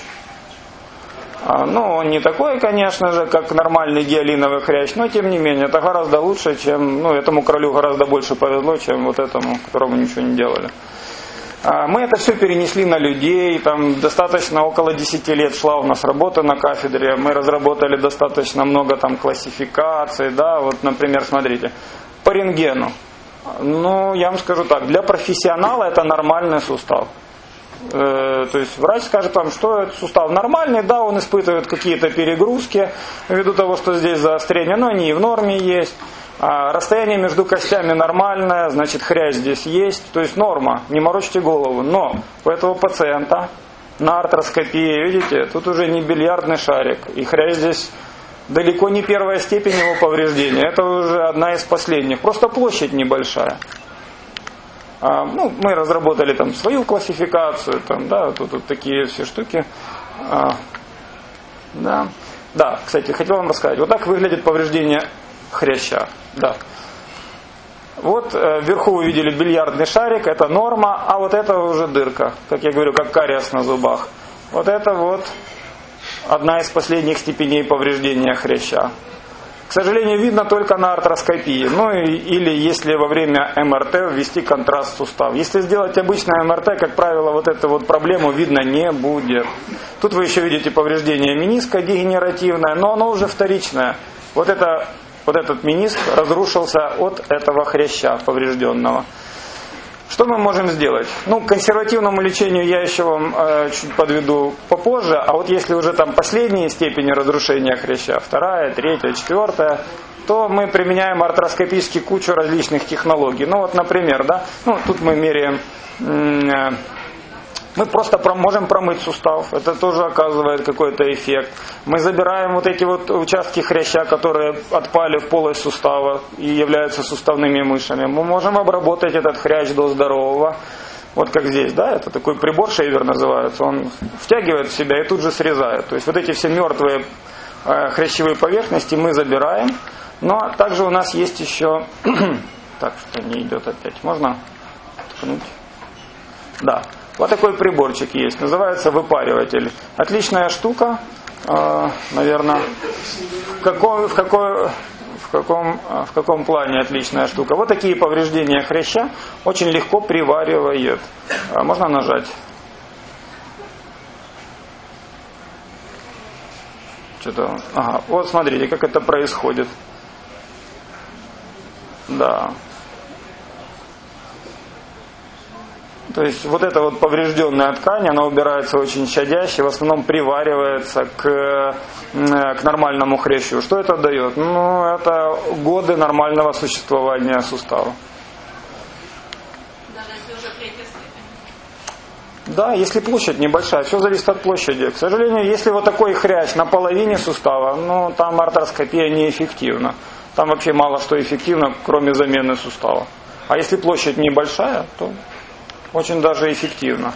Он не такой, конечно же, как нормальный гиалиновый хрящ, но тем не менее, это гораздо лучше, чем, этому кролю гораздо больше повезло, чем вот этому, которому ничего не делали. Мы это все перенесли на людей, там достаточно около 10 лет шла у нас работа на кафедре, мы разработали достаточно много там классификаций, да, вот, например, смотрите, по рентгену. Я вам скажу так, для профессионала это нормальный сустав. То есть врач скажет вам, что этот сустав нормальный, да, он испытывает какие-то перегрузки ввиду того, что здесь заострение, но они и в норме есть. Расстояние между костями нормальное, значит хрящ здесь есть, то есть норма, не морочьте голову. Но у этого пациента на артроскопии, видите, тут уже не бильярдный шарик, и хрящ здесь далеко не первая степень его повреждения, это уже одна из последних, просто площадь небольшая. Мы разработали там свою классификацию, там, да, тут такие все штуки. Да, кстати, хотел вам рассказать, вот так выглядит повреждение хряща. Да. Вот вверху вы видели бильярдный шарик, это норма, а вот это уже дырка, как я говорю, как кариес на зубах. Вот это вот одна из последних степеней повреждения хряща. К сожалению, видно только на артроскопии. Или если во время МРТ ввести контраст сустав. Если сделать обычное МРТ, как правило, вот эту вот проблему видно не будет. Тут вы еще видите повреждение мениска дегенеративное, но оно уже вторичное. Вот этот мениск разрушился от этого хряща поврежденного. Что мы можем сделать? К консервативному лечению я еще вам чуть подведу попозже, а вот если уже там последние степени разрушения хряща, 2, 3, 4, то мы применяем артроскопически кучу различных технологий. Например, да, тут мы меряем, мы просто можем промыть сустав, это тоже оказывает какой-то эффект. Мы забираем вот эти вот участки хряща, которые отпали в полость сустава и являются суставными мышцами. Мы можем обработать этот хрящ до здорового. Вот как здесь, да, это такой прибор, шейвер называется, он втягивает в себя и тут же срезает. То есть вот эти все мертвые хрящевые поверхности мы забираем. Но также у нас есть еще... Так, что не идет опять. Можно ткнуть? Да. Вот такой приборчик есть, называется выпариватель. Отличная штука, наверное. В в каком плане отличная штука? Вот такие повреждения хряща очень легко приваривает. Можно нажать? Что-то. Ага, вот смотрите, как это происходит. Да. То есть вот эта вот поврежденная ткань, она убирается очень щадяще, в основном приваривается к нормальному хрящу. Что это дает? Ну, это годы нормального существования сустава. Даже если уже третья степень. Да, если площадь небольшая, все зависит от площади. К сожалению, если вот такой хрящ на половине сустава, ну, там артроскопия неэффективна. Там вообще мало что эффективно, кроме замены сустава. А если площадь небольшая, то очень даже эффективно.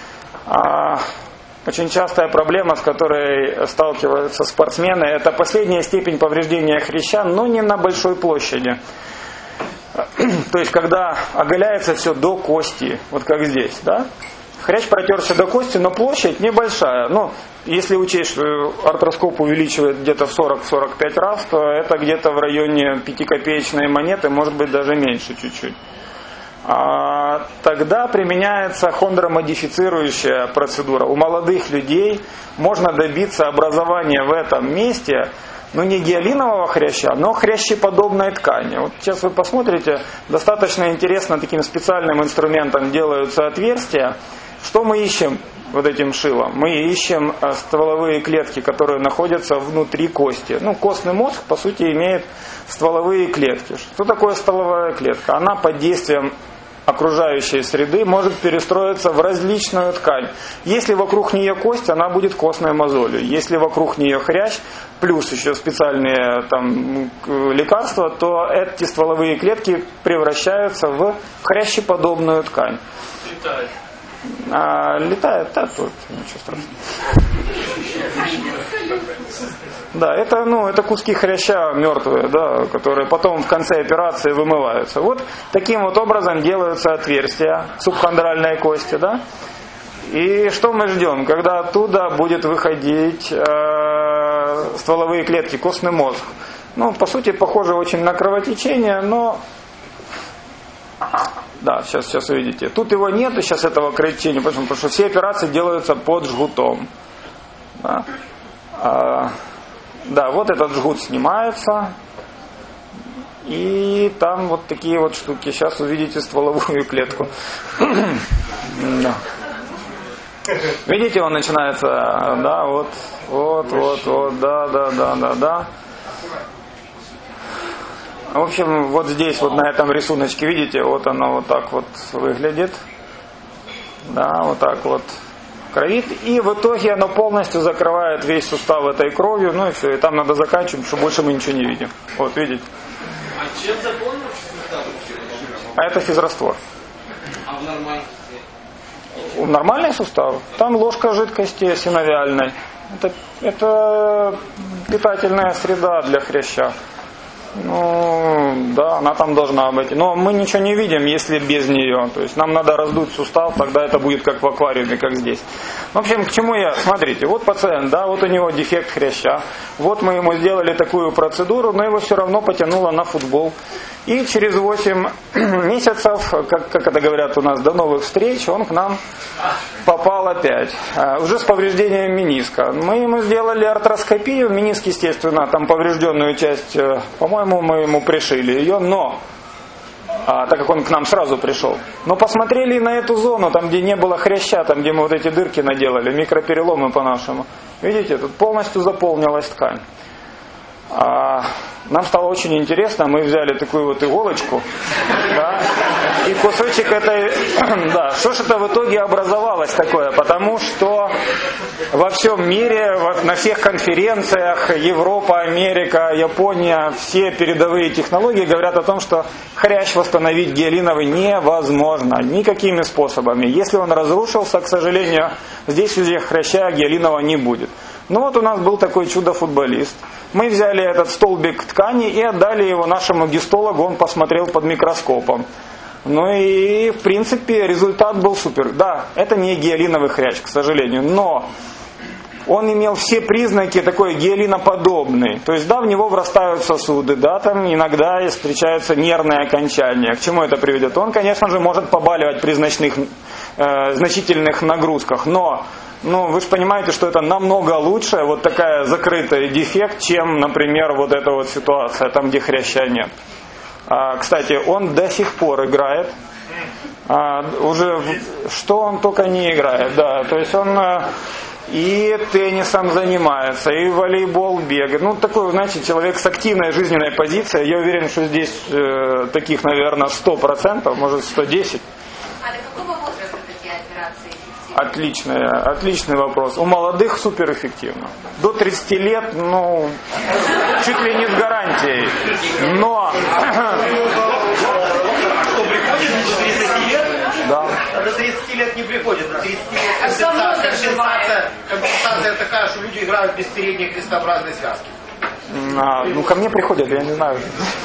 Очень частая проблема, с которой сталкиваются спортсмены, это последняя степень повреждения хряща, но не на большой площади. То есть, когда оголяется все до кости, вот как здесь, да? Хрящ протерся до кости, но площадь небольшая. Ну, если учесть, что артроскоп увеличивает где-то в 40-45 раз, то это где-то в районе 5-копеечной монеты, может быть даже меньше чуть-чуть. Тогда применяется хондромодифицирующая процедура. У молодых людей можно добиться образования в этом месте, ну, не гиалинового хряща, но хрящеподобной ткани. Вот сейчас вы посмотрите, достаточно интересно, таким специальным инструментом делаются отверстия. Что мы ищем вот этим шилом? Мы ищем стволовые клетки, которые находятся внутри кости. Ну, костный мозг, по сути, имеет стволовые клетки. Что такое стволовая клетка? Она под действием окружающей среды может перестроиться в различную ткань. Если вокруг нее кость, она будет костной мозолью. Если вокруг нее хрящ, плюс еще специальные там лекарства, то эти стволовые клетки превращаются в хрящеподобную ткань. Летает. Летает, да, тут ничего страшного. Да, это куски хряща мертвые, да, которые потом в конце операции вымываются. Вот таким вот образом делаются отверстия субхондральной кости, да. И что мы ждем? Когда оттуда будет выходить стволовые клетки, костный мозг. Ну, по сути, похоже очень на кровотечение, но... Да, сейчас увидите. Тут его нету, сейчас этого кровотечения, потому что все операции делаются под жгутом. Да. Да, вот этот жгут снимается. И там вот такие вот штуки. Сейчас увидите стволовую клетку. Да. Видите, он начинается, да, вот, да. В общем, вот здесь, вот на этом рисуночке, видите, вот оно вот так вот выглядит. Да, вот так вот кровит. И в итоге оно полностью закрывает весь сустав этой кровью. Ну и все, и там надо заканчивать, потому что больше мы ничего не видим. Вот, видите. А чем заполнивший сустав? А это физраствор. А в нормальном суставе? Нормальный сустав. Там ложка жидкости синовиальной. Это питательная среда для хряща. Ну, да, она там должна быть. Но мы ничего не видим, если без нее. То есть нам надо раздуть сустав, тогда это будет как в аквариуме, как здесь. В общем, к чему я? Смотрите, вот пациент, да, вот у него дефект хряща. Вот мы ему сделали такую процедуру, но его все равно потянуло на футбол. И через 8 месяцев, как это говорят у нас, до новых встреч, он к нам попал опять. Уже с повреждением мениска. Мы ему сделали артроскопию, мениск, естественно, там поврежденную часть, по-моему, мы ему пришили ее, но, так как он к нам сразу пришел, но посмотрели на эту зону, там где не было хряща, там где мы вот эти дырки наделали, микропереломы по-нашему. Видите, тут полностью заполнилась ткань. Нам стало очень интересно, мы взяли такую вот иголочку, да, и кусочек этой, да, что ж это в итоге образовалось такое, потому что во всем мире, на всех конференциях, Европа, Америка, Япония, все передовые технологии говорят о том, что хрящ восстановить гиалиновый невозможно, никакими способами. Если он разрушился, к сожалению, здесь уже хряща гиалинового не будет. Ну вот у нас был такой чудо-футболист. Мы взяли этот столбик ткани и отдали его нашему гистологу, он посмотрел под микроскопом. Ну и в принципе результат был супер. Да, это не гиалиновый хрящ, к сожалению, но он имел все признаки такой гиалиноподобный. То есть, да, в него врастают сосуды, да, там иногда и встречаются нервные окончания. К чему это приведет? Он, конечно же, может побаливать при значительных нагрузках, но вы же понимаете, что это намного лучше, вот такая закрытый дефект, чем, например, вот эта вот ситуация, там, где хряща нет. Кстати, он до сих пор играет. Уже что он только не играет, да, то есть он и теннисом занимается, и в волейбол бегает. Ну, такой, знаете, человек с активной жизненной позицией. Я уверен, что здесь таких, наверное, 100%, может 110%. А до какого возраста такие операции эффективны? Отличный вопрос. У молодых суперэффективно. До 30 лет, чуть ли не с гарантией. Но... Да. До 30 лет не приходит, до 30 лет компенсация такая, что люди играют без передней крестообразной связки. Ко мне приходят, я не знаю.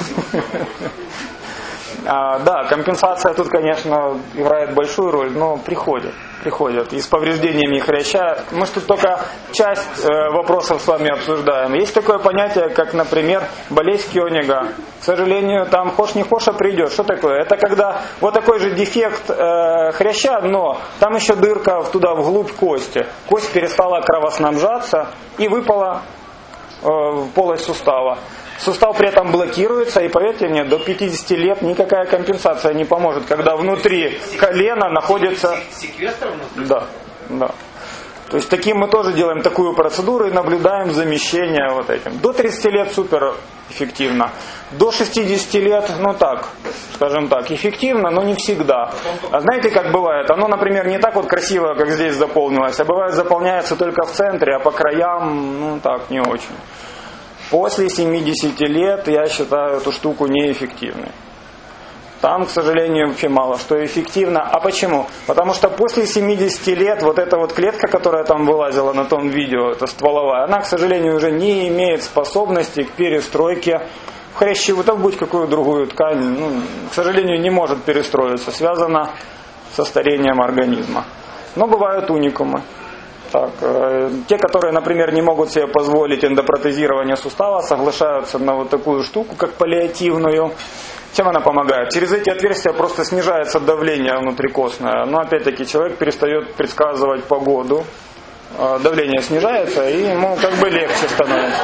Да, компенсация тут, конечно, играет большую роль, но приходят. И с повреждениями хряща. Мы же тут только часть вопросов с вами обсуждаем. Есть такое понятие, как, например, болезнь Кёнига. К сожалению, там хошь не хошь придет. Что такое? Это когда вот такой же дефект хряща, но там еще дырка туда вглубь кости. Кость перестала кровоснабжаться и выпала в полость сустава. Сустав при этом блокируется, и поверьте мне, до 50 лет никакая компенсация не поможет, когда внутри колена находится... Секвестр внутри? Да. То есть таким мы тоже делаем такую процедуру и наблюдаем замещение вот этим. До 30 лет супер эффективно. До 60 лет, скажем так, эффективно, но не всегда. А знаете, как бывает? Оно, например, не так вот красиво, как здесь заполнилось, а бывает заполняется только в центре, а по краям, не очень. После 70 лет я считаю эту штуку неэффективной. Там, к сожалению, вообще мало что эффективно. А почему? Потому что после 70 лет вот эта вот клетка, которая там вылазила на том видео, это стволовая, она, к сожалению, уже не имеет способности к перестройке в хрящевую, в будь какую другую ткань. К сожалению, не может перестроиться. Связано со старением организма. Но бывают уникумы. Те, которые, например, не могут себе позволить эндопротезирование сустава, соглашаются на вот такую штуку, как паллиативную. Чем она помогает? Через эти отверстия просто снижается давление внутрикостное. Но опять-таки человек перестает предсказывать погоду. Давление снижается, и ему легче становится.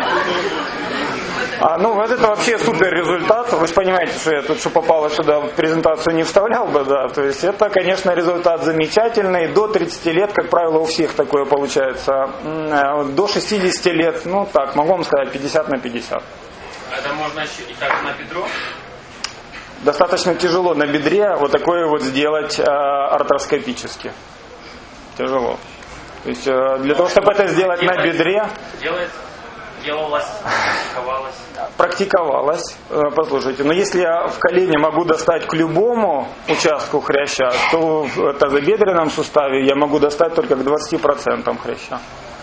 Вот это вообще супер результат. Вы же понимаете, что я тут, что попало сюда в презентацию, не вставлял бы, да. То есть это, конечно, результат замечательный. До 30 лет, как правило, у всех такое получается. До 60 лет, могу вам сказать, 50 на 50. Это можно еще и так на бедро? Достаточно тяжело на бедре вот такое вот сделать артроскопически. Тяжело. То есть для того, чтобы это сделать на бедре... Практиковалось. Послушайте, но если я в колене могу достать к любому участку хряща, то в тазобедренном суставе я могу достать только к 20% хряща.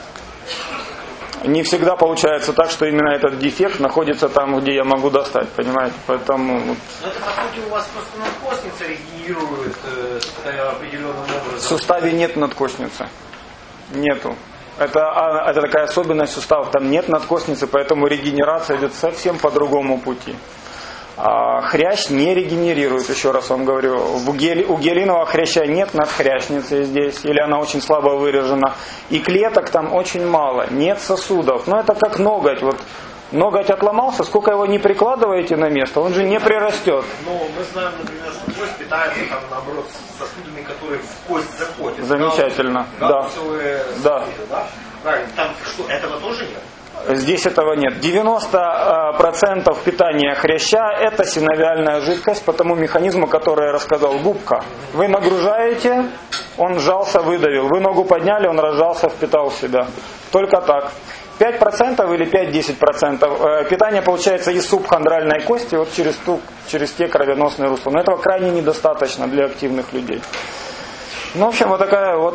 Не всегда получается так, что именно этот дефект находится там, где я могу достать, понимаете? Поэтому... Но это, по сути, у вас просто надкостница регенерирует определенным образом. В суставе нет надкостницы. Нету. Это такая особенность сустава. Там нет надкостницы, поэтому регенерация идет совсем по другому пути. Хрящ не регенерирует, еще раз вам говорю. У гиалинового хряща нет надхрящницы здесь, или она очень слабо выражена. И клеток там очень мало, нет сосудов. Но это как ноготь. Вот ноготь отломался, сколько его не прикладываете на место, он же не прирастет. Но мы знаем, например, что кость питается, наоборот, сосудами, которые в кость заходят. Замечательно, да. Да. Правильно, там что, этого тоже нет? Здесь этого нет. 90% питания хряща – это синовиальная жидкость по тому механизму, который я рассказал, губка. Вы нагружаете, он сжался, выдавил. Вы ногу подняли, он разжался, впитал в себя. Только так. 5% или 5-10% питания получается из субхондральной кости вот через те кровеносные русла. Но этого крайне недостаточно для активных людей. В общем, вот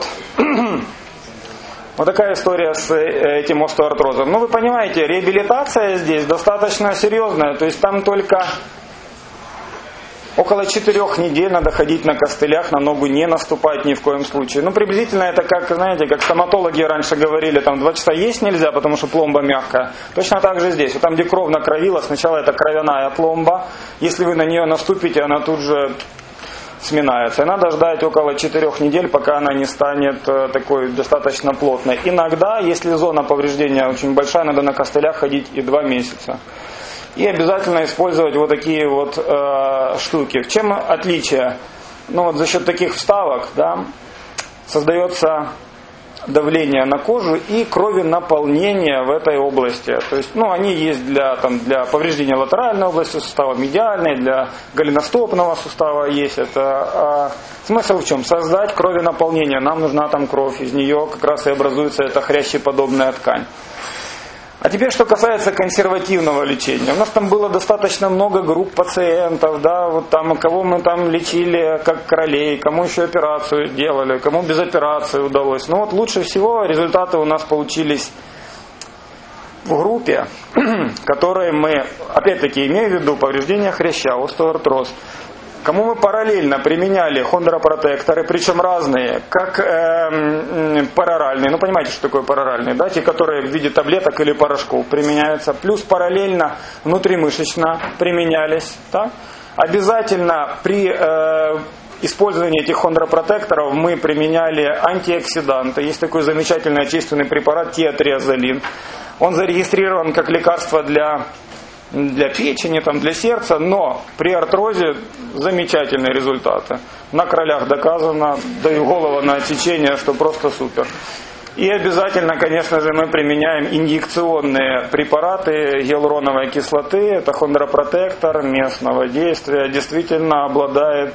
такая история с этим остеоартрозом. Вы понимаете, реабилитация здесь достаточно серьезная. То есть там только Около 4 недель надо ходить на костылях, на ногу не наступать ни в коем случае. Ну, приблизительно это как, знаете, как стоматологи раньше говорили, там 2 часа есть нельзя, потому что пломба мягкая. Точно так же здесь. Вот там, где кровь накровила, сначала это кровяная пломба. Если вы на нее наступите, она тут же сминается. И надо ждать около 4 недель, пока она не станет такой достаточно плотной. Иногда, если зона повреждения очень большая, надо на костылях ходить и 2 месяца. И обязательно использовать вот такие вот штуки. В чем отличие? Ну вот за счет таких вставок, да, создается давление на кожу и кровенаполнение в этой области. То есть, ну, они есть для повреждения латеральной области сустава, медиальной, для голеностопного сустава есть это. Смысл в чем? Создать кровенаполнение. Нам нужна там кровь, из нее как раз и образуется эта хрящеподобная ткань. А теперь, что касается консервативного лечения. У нас там было достаточно много групп пациентов, да, вот там, кого мы там лечили как королей, кому еще операцию делали, кому без операции удалось. Но вот лучше всего результаты у нас получились в группе, которые мы, опять-таки, имею в виду повреждение хряща, остеоартроз, кому мы параллельно применяли хондропротекторы, причем разные, как пароральные, ну понимаете, что такое пароральные, да, те, которые в виде таблеток или порошков применяются, плюс параллельно внутримышечно применялись, так? Обязательно при использовании этих хондропротекторов мы применяли антиоксиданты. Есть такой замечательный отечественный препарат тиотриазолин. Он зарегистрирован как лекарство для печени, там, для сердца, но при артрозе замечательные результаты. На кролях доказано, даю голову на отсечение, что просто супер. И обязательно, конечно же, мы применяем инъекционные препараты гиалуроновой кислоты. Это хондропротектор местного действия, действительно обладает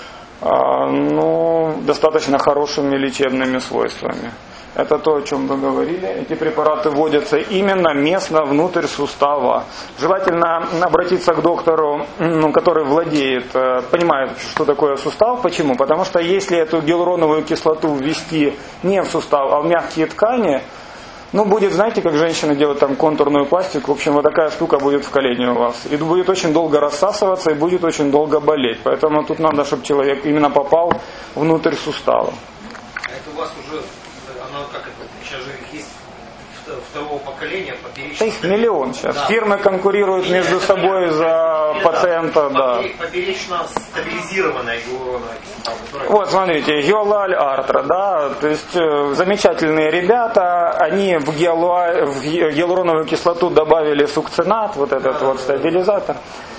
достаточно хорошими лечебными свойствами. Это то, о чем вы говорили. Эти препараты вводятся именно местно внутрь сустава. Желательно обратиться к доктору, который владеет, понимает, что такое сустав. Почему? Потому что если эту гиалуроновую кислоту ввести не в сустав, а в мягкие ткани, будет, знаете, как женщины делают там контурную пластику. В общем, вот такая штука будет в колене у вас. И будет очень долго рассасываться и будет очень долго болеть. Поэтому тут надо, чтобы человек именно попал внутрь сустава. А это у вас уже... Как это, сейчас же их есть второго поколения, поперечная. Их миллион сейчас. Да. Фирмы конкурируют между собой за пациента. Да. Поперечно стабилизированная гиалуроновая кислота. Вот, смотрите, Гиалуаль Артра, да, то есть замечательные ребята, они в гиалуроновую кислоту добавили сукцинат, вот этот вот стабилизатор.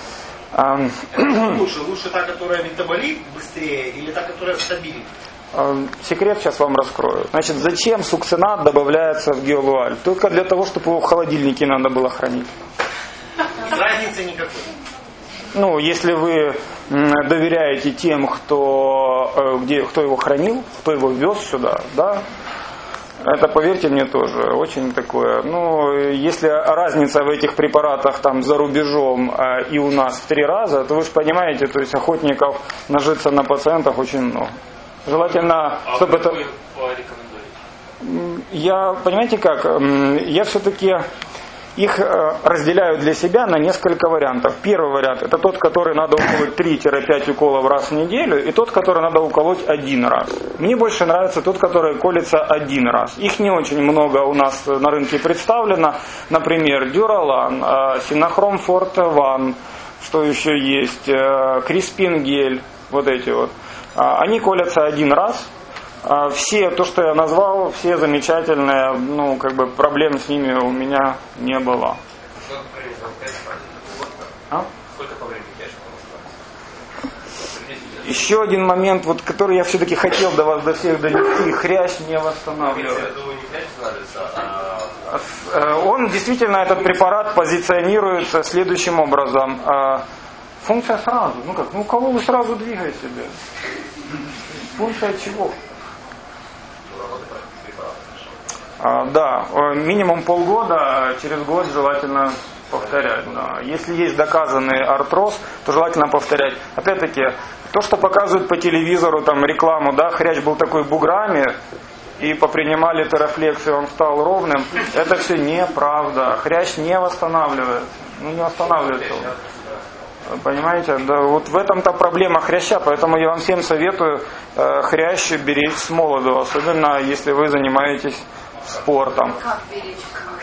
Лучше та, которая метаболит быстрее, или та, которая стабильна? Секрет сейчас вам раскрою. Значит, зачем сукцинат добавляется в гиалуаль? Только для того, чтобы его в холодильнике надо было хранить. Разницы никакой. Если вы доверяете тем, кто его хранил, кто его вез сюда, да, это, поверьте мне, тоже очень такое. Если разница в этих препаратах там за рубежом и у нас в 3 раза, то вы же понимаете, то есть охотников нажиться на пациентах очень много. Желательно, чтобы это... Я, понимаете как, я все-таки их разделяю для себя на несколько вариантов. Первый вариант, это тот, который надо уколоть 3-5 уколов раз в неделю, и тот, который надо уколоть 1 раз. Мне больше нравится тот, который колется 1 раз. Их не очень много у нас на рынке представлено. Например, Дюралан, Синохром Форте Ван, что еще есть, Криспин Гель, вот эти вот. Они колятся 1 раз. Все, то, что я назвал, все замечательные, проблем с ними у меня не было. Сколько по времени Еще один момент, который я все-таки хотел до вас, до всех донести, хрящ не восстанавливает. Он действительно, этот препарат позиционируется следующим образом. Функция сразу, у кого вы сразу двигаете себя? Функция чего? Да, минимум полгода, через год желательно повторять. Да. Если есть доказанный артроз, то желательно повторять. Опять-таки, то, что показывают по телевизору, там рекламу, да, хрящ был такой буграми, и попринимали терафлекс, и он стал ровным, это все неправда. Хрящ не восстанавливается. Не восстанавливается он. Понимаете, да, вот в этом-то проблема хряща, поэтому я вам всем советую хрящ беречь с молоду, особенно если вы занимаетесь спортом. Как беречь?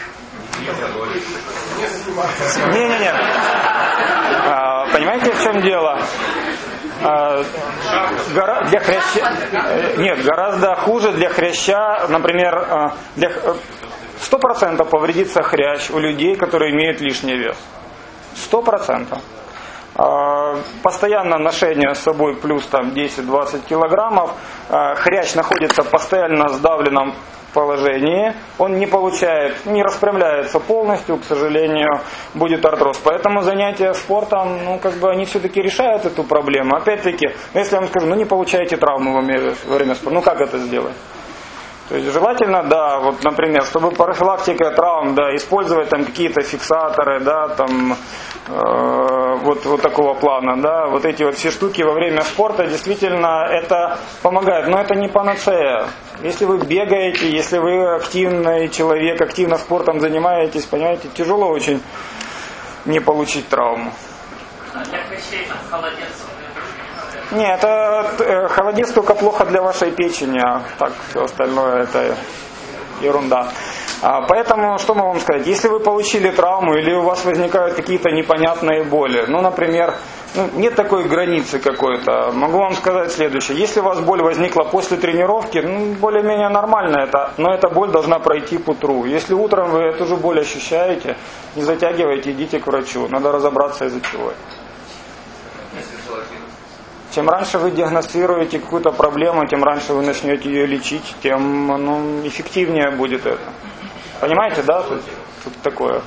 Не. Понимаете, в чем дело? Для хряща... Нет, гораздо хуже для хряща, например, 100% повредится хрящ у людей, которые имеют лишний вес. 100%. Постоянное ношение с собой плюс там 10-20 килограммов, хрящ находится постоянно в сдавленном положении, он не получает, не распрямляется полностью, к сожалению, будет артроз. Поэтому занятия спортом, они все-таки решают эту проблему. Опять-таки, если я вам скажу, не получаете травму во время спорта, как это сделать? То есть желательно, да, вот, например, чтобы профилактика травм, да, использовать там какие-то фиксаторы, да, там, вот такого плана, да, вот эти вот все штуки во время спорта, действительно, это помогает, но это не панацея. Если вы бегаете, если вы активный человек, активно спортом занимаетесь, понимаете, тяжело очень не получить травму. Нет, это холодец только плохо для вашей печени, а так все остальное это ерунда. Поэтому, что могу вам сказать, если вы получили травму или у вас возникают какие-то непонятные боли, например, нет такой границы какой-то, могу вам сказать следующее. Если у вас боль возникла после тренировки, более-менее нормально это, но эта боль должна пройти к утру. Если утром вы эту же боль ощущаете, не затягивайте, идите к врачу, надо разобраться из-за чего. Чем раньше вы диагностируете какую-то проблему, тем раньше вы начнете ее лечить, тем эффективнее будет это. Понимаете, да? Тут такое.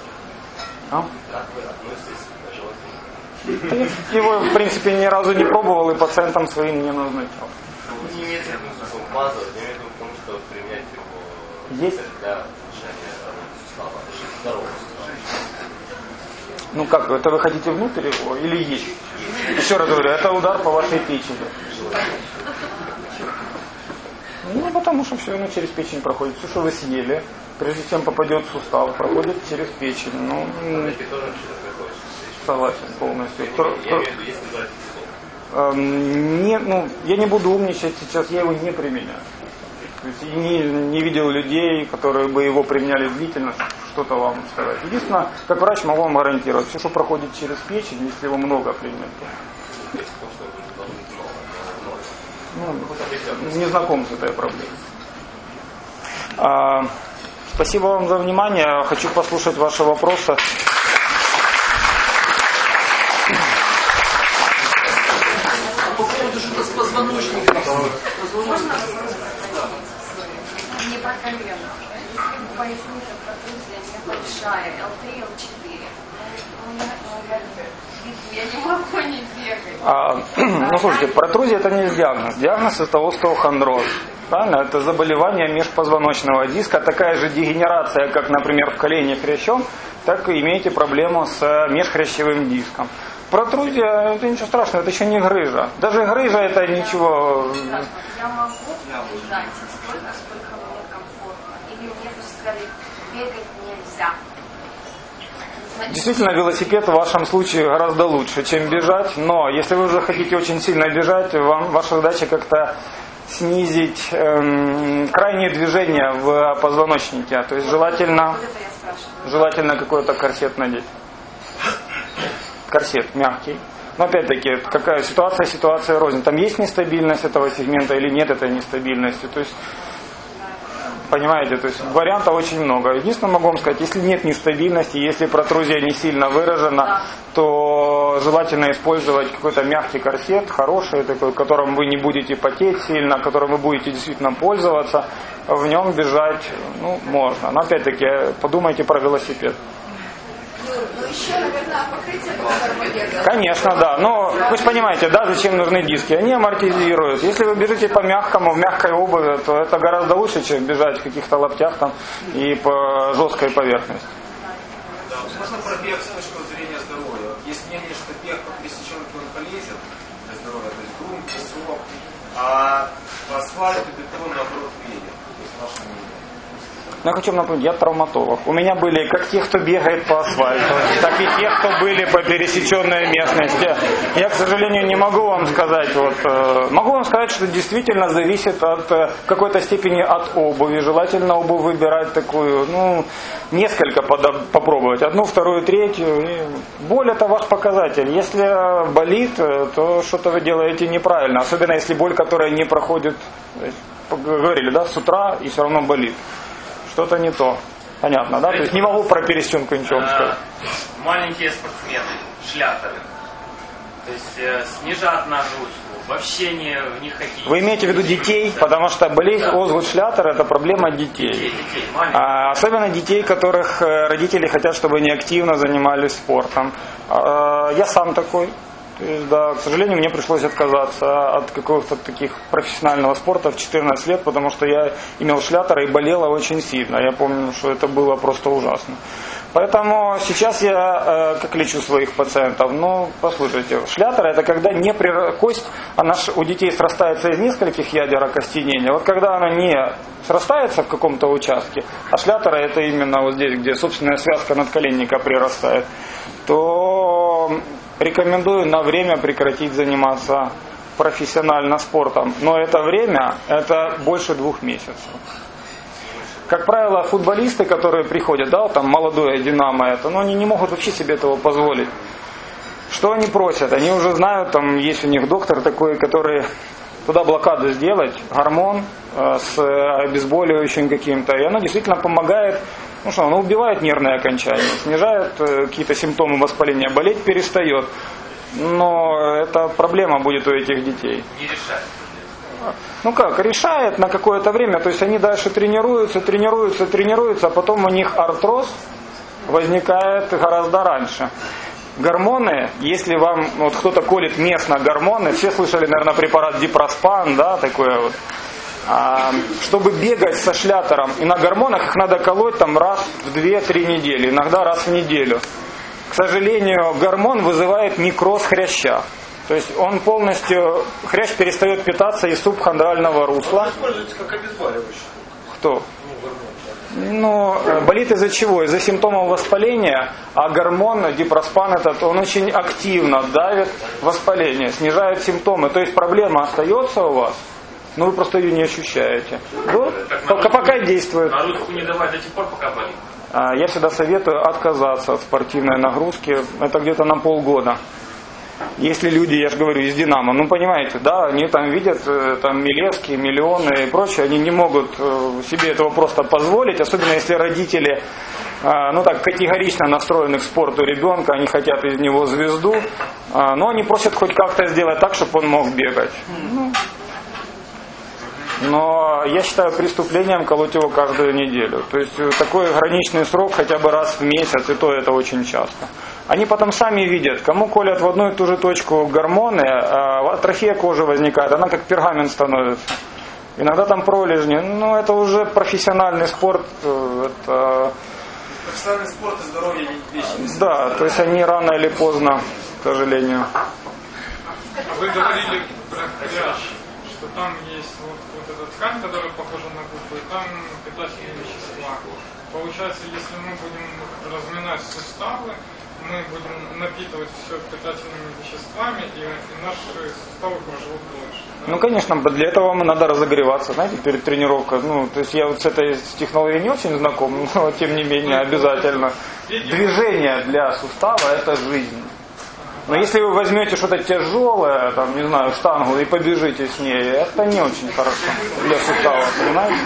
Я его, в принципе, ни разу не пробовал и пациентам своим не назначал. Не имеет смысла вмазывать, не имеет потому что применять его есть? Для решения сустава, здорового. Как, это вы хотите внутрь его или есть? Еще раз говорю, это удар по вашей печени. Потому что все через печень проходит. Все, что вы съели, прежде чем попадет в сустав, проходит через печень. Согласен полностью. Я не буду умничать сейчас, я его не применяю. То есть не видел людей, которые бы его применяли длительно, что-то вам сказать. Единственное, как врач могу вам гарантировать, все, что проходит через печень, если его много применять, не знаком с этой проблемой. Спасибо вам за внимание. Хочу послушать ваши вопросы. По поводу что-то с позвоночником. Не прокомментно. Если поясница протрузия небольшая, L3, L4, я не могу не бегать. Слушайте, протрузия это не диагноз. Диагноз это остеохондроз. Правильно? Это заболевание межпозвоночного диска. Такая же дегенерация, как, например, в колене хрящом, так и имеете проблему с межхрящевым диском. Протрузия это ничего страшного, это еще не грыжа. Даже грыжа это ничего. Я могу ждать столько, сколько мне комфортно. Или мне сказали, бегать нельзя. Действительно, велосипед в вашем случае гораздо лучше, чем бежать. Но если вы уже хотите очень сильно бежать, ваша задача как-то снизить крайние движения в позвоночнике. То есть желательно какой-то корсет надеть. Корсет мягкий. Но опять-таки, какая ситуация рознь. Там есть нестабильность этого сегмента или нет этой нестабильности. То есть, понимаете, то есть вариантов очень много. Единственное, могу вам сказать, если нет нестабильности, если протрузия не сильно выражена, то желательно использовать какой-то мягкий корсет, хороший, такой, которым вы не будете потеть сильно, которым вы будете действительно пользоваться. В нем бежать можно. Но опять-таки, подумайте про велосипед. Еще, наверное, покрытие по которому бегают. Конечно, да. Но вы же понимаете, да, зачем нужны диски? Они амортизируют. Если вы бежите по мягкому, в мягкой обуви, то это гораздо лучше, чем бежать в каких-то лаптях там и по жесткой поверхности. Да, можно про бег с точки зрения здоровья. Есть мнение, что бег по пересеченке он полезен для здоровья, то есть грунт, песок, а асфальт и бетон наоборот вреден. То есть ваше мнение. Но я хочу вам напомнить, я травматолог. У меня были как те, кто бегает по асфальту, так и те, кто были по пересеченной местности. Я, к сожалению, не могу вам сказать. Могу вам сказать, что действительно зависит от какой-то степени от обуви. Желательно обувь выбирать такую, несколько попробовать. Одну, вторую, третью. И боль это ваш показатель. Если болит, то что-то вы делаете неправильно. Особенно если боль, которая не проходит, говорили, да, с утра и все равно болит. Что-то не то. Понятно, да? То есть не могу про пересеченку ничего сказать. Маленькие спортсмены, шляперы, то есть снижают нагрузку, вообще не хотите. Вы имеете в виду детей? Потому что болезнь Озгут-Шлятер это проблема детей. Особенно детей, которых родители хотят, чтобы они активно занимались спортом. Я сам такой. То есть, да, к сожалению, мне пришлось отказаться от какого-то таких профессионального спорта в 14 лет, потому что я имел шлятер и болела очень сильно. Я помню, что это было просто ужасно. Поэтому сейчас я как лечу своих пациентов, послушайте, шлятер это когда кость, она у детей срастается из нескольких ядер окостенения. Вот когда она не срастается в каком-то участке, а шлятер это именно вот здесь, где собственная связка надколенника прирастает, то рекомендую на время прекратить заниматься профессионально спортом. Но это время, это больше 2 месяцев. Как правило, футболисты, которые приходят, там молодое Динамо, они не могут вообще себе этого позволить. Что они просят? Они уже знают, там есть у них доктор такой, который туда блокаду сделать, гормон с обезболивающим каким-то, и оно действительно помогает. Оно убивает нервные окончания, снижает какие-то симптомы воспаления, болеть перестает. Но это проблема будет у этих детей. Не решает. Решает на какое-то время. То есть они дальше тренируются, а потом у них артроз возникает гораздо раньше. Гормоны, если вам кто-то колет местно гормоны, все слышали, наверное, препарат Дипроспан, да, такое вот. Чтобы бегать со шлятером и на гормонах их надо колоть раз в 2-3 недели, иногда раз в неделю. К сожалению, гормон вызывает некроз хряща. То есть он полностью, хрящ перестает питаться из субхондрального русла. Он используется как обезболивающий. Кто? Болит из-за чего? Из-за симптомов воспаления, а гормон Дипроспан он очень активно давит воспаление, снижает симптомы. То есть проблема остается у вас, но вы просто ее не ощущаете. Пока действует. Нагрузку не давать до тех пор, пока болит. Я всегда советую отказаться от спортивной нагрузки. Это где-то на полгода. Если люди, я же говорю, из Динамо, понимаете, да, они там видят Милевские, миллионы и прочее, они не могут себе этого просто позволить, особенно если родители, категорично настроены к спорту ребенка, они хотят из него звезду, но они просят хоть как-то сделать так, чтобы он мог бегать. Но я считаю преступлением колоть его каждую неделю. То есть такой граничный срок хотя бы раз в месяц, и то это очень часто. Они потом сами видят, кому колят в одну и ту же точку гормоны, атрофия кожи возникает, она как пергамент становится. Иногда там пролежни. Это уже профессиональный спорт. Профессиональный спорт и здоровье вещи. Да, то есть они рано или поздно, к сожалению. Вы говорили про хрящ, что там есть вот эта ткань, которая похожа на губы, и там питательные вещества. Получается, если мы будем разминать суставы, мы будем напитывать все питательными веществами, и наши суставы проживут дольше. Да? Конечно, для этого надо разогреваться, знаете, перед тренировкой. То есть я с этой технологией не очень знаком, но тем не менее обязательно. Движение для сустава – это жизнь. Но если вы возьмете что-то тяжелое, штангу, и побежите с ней, это не очень хорошо для сустава, понимаете?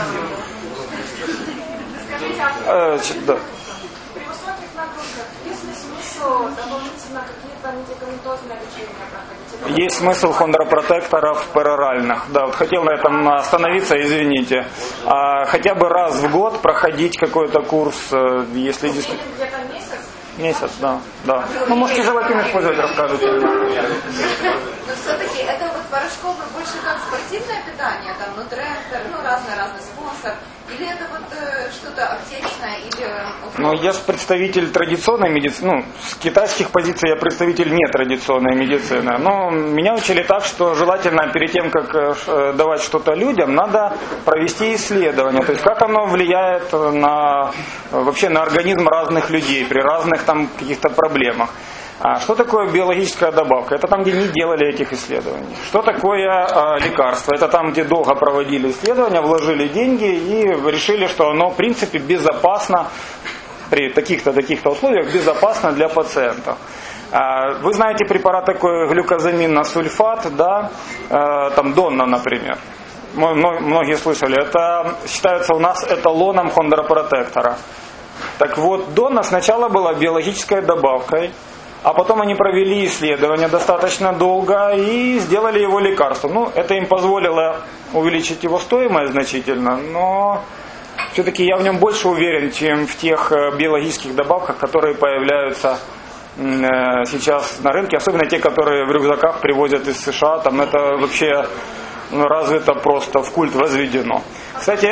Да. При высоких нагрузках есть ли смысл дополнительно какие-то медикаментозные лечения проходить? Есть смысл хондропротекторов пероральных. Да, хотел на этом остановиться, извините. Хотя бы раз в год проходить какой-то курс, если действительно... Где-то месяц? Месяц, да. Можете желательно использовать, расскажите. Но все-таки это порошковое больше как спортивное питание, там Нутрентер, разный спонсор. Или это вот что-то аптечное, или... Ну, я же представитель традиционной медицины, ну, с китайских позиций я представитель нетрадиционной медицины. Но меня учили так, что желательно перед тем, как давать что-то людям, надо провести исследование. То есть, как оно влияет вообще на организм разных людей при разных там каких-то проблемах. А что такое биологическая добавка? Это там, где не делали этих исследований. Что такое лекарство? Это там, где долго проводили исследования, вложили деньги и решили, что оно, в принципе, безопасно, при таких-то условиях, безопасно для пациента. Вы знаете препарат такой глюкозаминосульфат, да? Там Донна, например. Многие слышали. Это считается у нас эталоном хондропротектора. Так вот, Донна сначала была биологической добавкой. А потом они провели исследования достаточно долго и сделали его лекарством. Ну, это им позволило увеличить его стоимость значительно, но все-таки я в нем больше уверен, чем в тех биологических добавках, которые появляются сейчас на рынке, особенно те, которые в рюкзаках привозят из США. Там это вообще развито просто, в культ возведено. Кстати,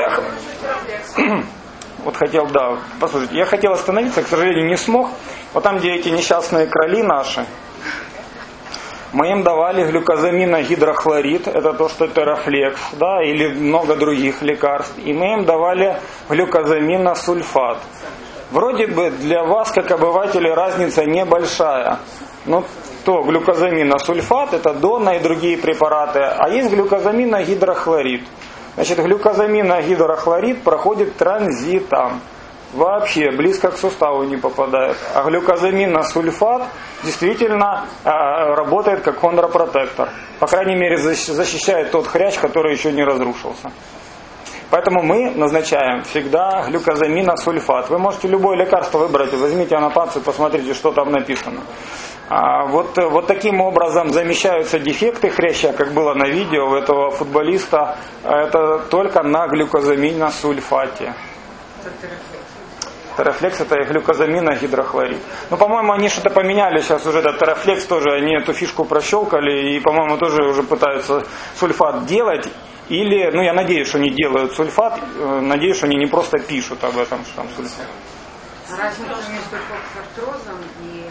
вот хотел, да, послушайте, я хотел остановиться, к сожалению, не смог. Вот там, где эти несчастные кроли наши, мы им давали глюкозаминогидрохлорид, это то, что терафлекс, да, или много других лекарств, и мы им давали глюкозаминосульфат. Вроде бы для вас, как обывателей, разница небольшая. Но то глюкозаминосульфат, это Донна и другие препараты, а есть глюкозаминогидрохлорид. Значит, глюкозаминогидрохлорид проходит транзитом. Вообще близко к суставу не попадает. А глюкозаминосульфат действительно работает как хондропротектор. По крайней мере, защищает тот хрящ, который еще не разрушился. Поэтому мы назначаем всегда глюкозаминосульфат. Вы можете любое лекарство выбрать, возьмите аннотацию, посмотрите, что там написано. Вот таким образом замещаются дефекты хряща, как было на видео у этого футболиста. Это только на глюкозаминосульфате. Терафлекс это и глюкозаминогидрохлорид. Ну, по-моему, они что-то поменяли. Сейчас уже этот терафлекс тоже, они эту фишку прощелкали и, по-моему, тоже уже пытаются сульфат делать. Или, ну, я надеюсь, что они делают сульфат. Надеюсь, что они не просто пишут об этом, что там сульфат. Разница между коксартрозом и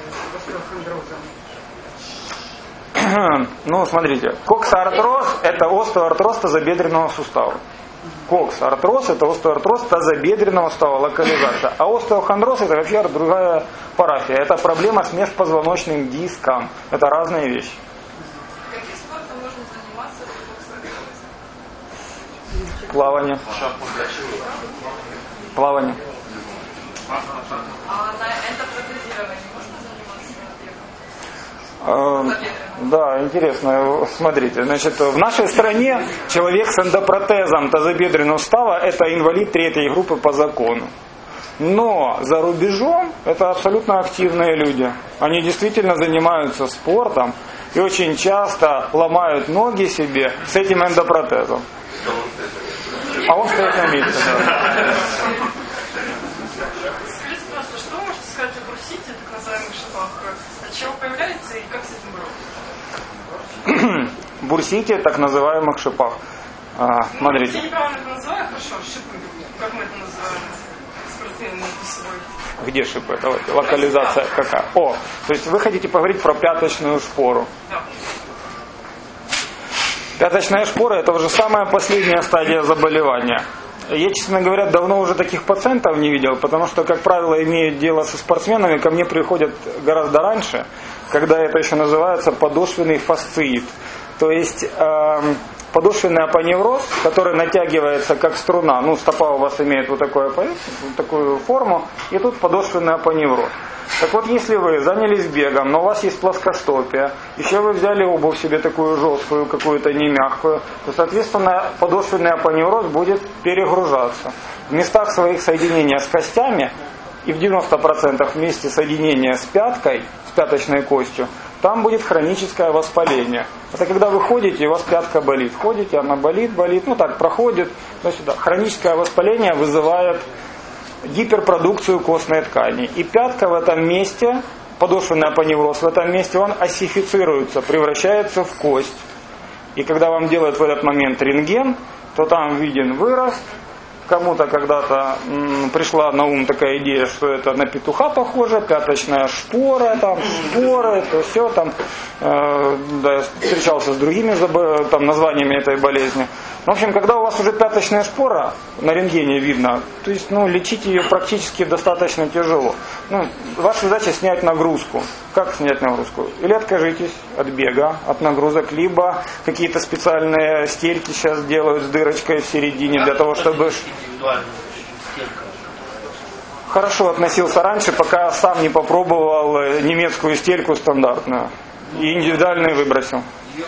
остеохондрозом? Ну, смотрите, коксартроз это остеоартроз тазобедренного сустава. Коксартроз это остеоартроз тазобедренного сустава, локализация. А остеохондроз это вообще другая парафия. Это проблема с межпозвоночным диском. Это разные вещи. Каким спортом можно заниматься при коксартрозе? Плавание. Плавание. А на эндопротезировании можно заниматься бегом? Да, интересно. Смотрите, значит, в нашей стране человек с эндопротезом тазобедренного сустава это инвалид третьей группы по закону. Но за рубежом это абсолютно активные люди. Они действительно занимаются спортом и очень часто ломают ноги себе с этим эндопротезом. А он стоит на месте. Да. Скажите, пожалуйста, что вы можете сказать о брусите, так называемых шипах? От чего появляется и как с этим бороться? Бурсите, так называемых шипах. Смотрите. Я неправильно это называю, хорошо, шипы, как мы это называем, спортивно между собой. Где шипы? Давайте, локализация какая? О, то есть вы хотите поговорить про пяточную шпору. Да. Пяточная шпора это уже самая последняя стадия заболевания. Я, честно говоря, давно уже таких пациентов не видел, потому что, как правило, имеют дело со спортсменами, ко мне приходят гораздо раньше, когда это еще называется подошвенный фасциит. То есть подошвенный апоневроз, который натягивается как струна. Ну, стопа у вас имеет вот такую форму, и тут подошвенный апоневроз. Так вот, если вы занялись бегом, но у вас есть плоскостопие, еще вы взяли обувь себе такую жесткую, какую-то не мягкую, то, соответственно, подошвенный апоневроз будет перегружаться. В местах своих соединения с костями и в 90% месте соединения с пяткой, с пяточной костью, там будет хроническое воспаление. Это когда вы ходите, и у вас пятка болит. Ходите, она болит, ну так, проходит, туда-сюда. Хроническое воспаление вызывает гиперпродукцию костной ткани. И пятка в этом месте, подошвенный апоневроз в этом месте, он осифицируется, превращается в кость. И когда вам делают в этот момент рентген, то там виден вырост, кому-то когда-то пришла на ум такая идея, что это на петуха похоже, пяточная шпора, там, шпоры, это все там. Да, я встречался с другими там, названиями этой болезни. В общем, когда у вас уже пяточная шпора, на рентгене видно, то есть лечить ее практически достаточно тяжело. Ваша задача снять нагрузку. Как снять нагрузку? Или откажитесь от бега, от нагрузок, либо какие-то специальные стельки сейчас делают с дырочкой в середине для того, чтобы... Хорошо относился раньше, пока сам не попробовал немецкую стельку стандартную. И индивидуальную выбросил.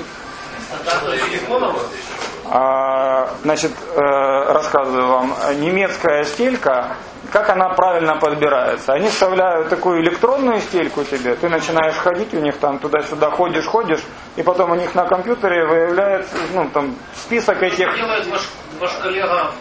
Значит, рассказываю вам. Немецкая стелька, как она правильно подбирается. Они вставляют такую электронную стельку тебе, ты начинаешь ходить у них там туда-сюда, ходишь, и потом у них на компьютере выявляется там список этих... Что делает ваш коллега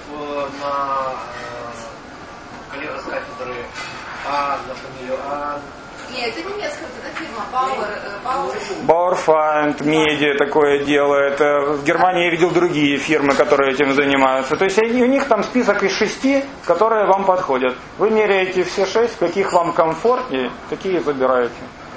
коллега с кафедры на фамилию? Нет, это немецкая, это фирма Bauerfeind, Media такое делает. В Германии я видел другие фирмы, которые этим занимаются. То есть у них там список из 6, которые вам подходят. Вы меряете все 6, в каких вам комфортнее, такие забираете.